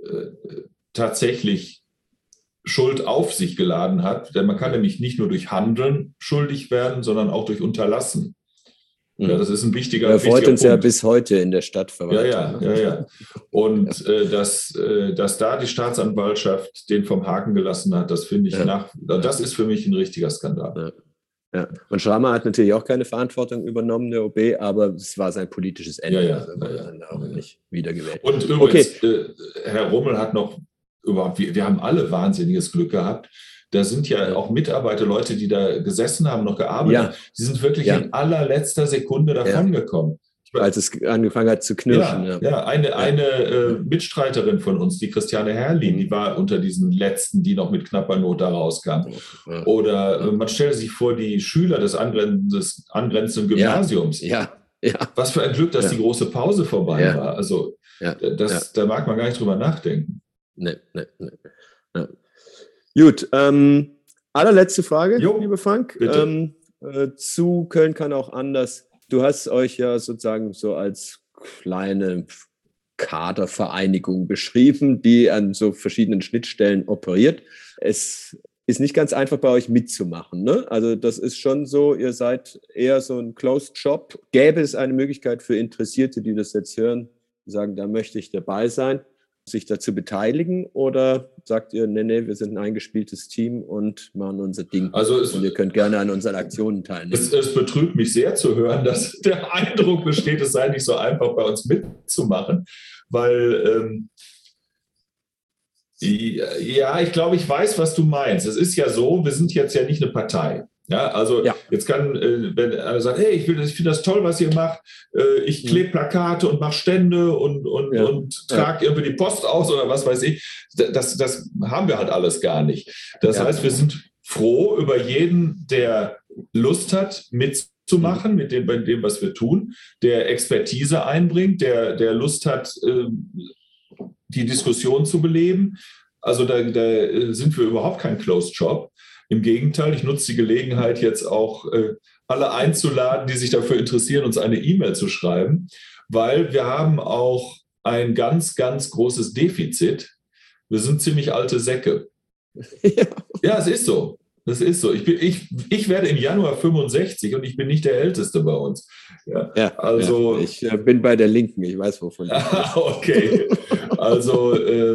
B: tatsächlich Schuld auf sich geladen hat. Denn man kann nämlich nicht nur durch Handeln schuldig werden, sondern auch durch Unterlassen. Ja, das ist ein wichtiger Punkt.
A: Er freut uns ja bis heute in der Stadtverwaltung.
B: Ja. Und dass da die Staatsanwaltschaft den vom Haken gelassen hat, das finde ich das ist für mich ein richtiger Skandal.
A: Ja. Und Schrammer hat natürlich auch keine Verantwortung übernommen, der OB, aber es war sein politisches Ende. Also dann auch nicht wiedergewählt.
B: Und übrigens, Herr Rummel hat noch wir haben alle wahnsinniges Glück gehabt. Da sind ja auch Mitarbeiter, Leute, die da gesessen haben, noch gearbeitet. Die sind wirklich in allerletzter Sekunde davongekommen.
A: Als es angefangen hat zu knirschen.
B: Eine Mitstreiterin von uns, die Christiane Herrlin, die war unter diesen Letzten, die noch mit knapper Not da rauskamen. Oder man stelle sich vor, die Schüler des angrenzenden Gymnasiums. Was für ein Glück, dass die große Pause vorbei war. Also da mag man gar nicht drüber nachdenken.
A: Nee. Gut, allerletzte Frage, liebe Frank. Zu Köln kann auch anders. Du hast euch ja sozusagen so als kleine Kadervereinigung beschrieben, die an so verschiedenen Schnittstellen operiert. Es ist nicht ganz einfach bei euch mitzumachen, ne? Also das ist schon so, ihr seid eher so ein Closed Shop. Gäbe es eine Möglichkeit für Interessierte, die das jetzt hören, die sagen, da möchte ich dabei sein, sich dazu beteiligen, oder sagt ihr, nee, wir sind ein eingespieltes Team und machen unser Ding, und ihr könnt gerne an unseren Aktionen teilnehmen?
B: Es betrübt mich sehr zu hören, dass der Eindruck besteht, es sei nicht so einfach, bei uns mitzumachen, weil ich glaube, ich weiß, was du meinst. Es ist ja so, wir sind jetzt ja nicht eine Partei. Ja, also jetzt kann, wenn einer sagt, hey, ich finde das toll, was ihr macht, ich klebe Plakate und mache Stände und trage irgendwie die Post aus oder was weiß ich, das haben wir halt alles gar nicht. Das heißt, wir sind froh über jeden, der Lust hat, mitzumachen mit dem, was wir tun, der Expertise einbringt, der Lust hat, die Diskussion zu beleben. Also da sind wir überhaupt kein Closed Shop. Im Gegenteil, ich nutze die Gelegenheit jetzt auch, alle einzuladen, die sich dafür interessieren, uns eine E-Mail zu schreiben, weil wir haben auch ein ganz, ganz großes Defizit. Wir sind ziemlich alte Säcke. Ja, es ist so. Das ist so. Ich werde im Januar 65 und ich bin nicht der Älteste bei uns. Also,
A: ich bin bei der Linken, ich weiß, wovon.
B: Okay. Also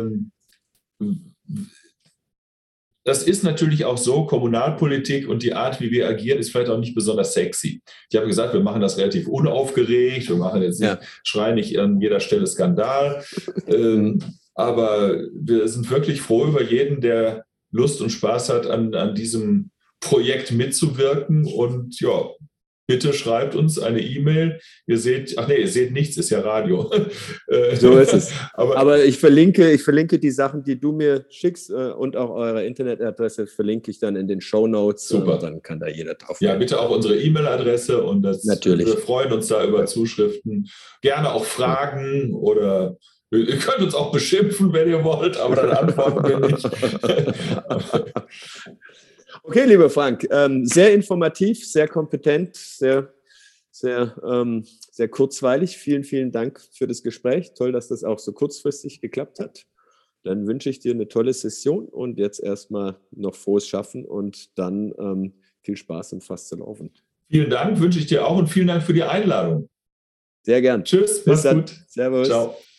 B: das ist natürlich auch so, Kommunalpolitik und die Art, wie wir agieren, ist vielleicht auch nicht besonders sexy. Ich habe gesagt, wir machen das relativ unaufgeregt, wir machen jetzt nicht, schreien nicht an jeder Stelle Skandal, aber wir sind wirklich froh über jeden, der Lust und Spaß hat, an diesem Projekt mitzuwirken, und bitte schreibt uns eine E-Mail. Ihr seht nichts, ist ja Radio.
A: So ist es.
B: Aber
A: ich verlinke die Sachen, die du mir schickst und auch eure Internetadresse verlinke ich dann in den Shownotes.
B: Super.
A: Dann kann da jeder drauf.
B: Ja, bitte auch unsere E-Mail-Adresse und
A: Natürlich.
B: Wir freuen uns da über Zuschriften. Gerne auch Fragen oder ihr könnt uns auch beschimpfen, wenn ihr wollt, aber dann antworten wir nicht.
A: Okay, lieber Frank, sehr informativ, sehr kompetent, sehr kurzweilig. Vielen, vielen Dank für das Gespräch. Toll, dass das auch so kurzfristig geklappt hat. Dann wünsche ich dir eine tolle Session und jetzt erstmal noch frohes Schaffen und dann viel Spaß im Fastelaufen.
B: Vielen Dank, wünsche ich dir auch und vielen Dank für die Einladung.
A: Sehr gern.
B: Tschüss, mach's gut.
A: Servus.
B: Ciao.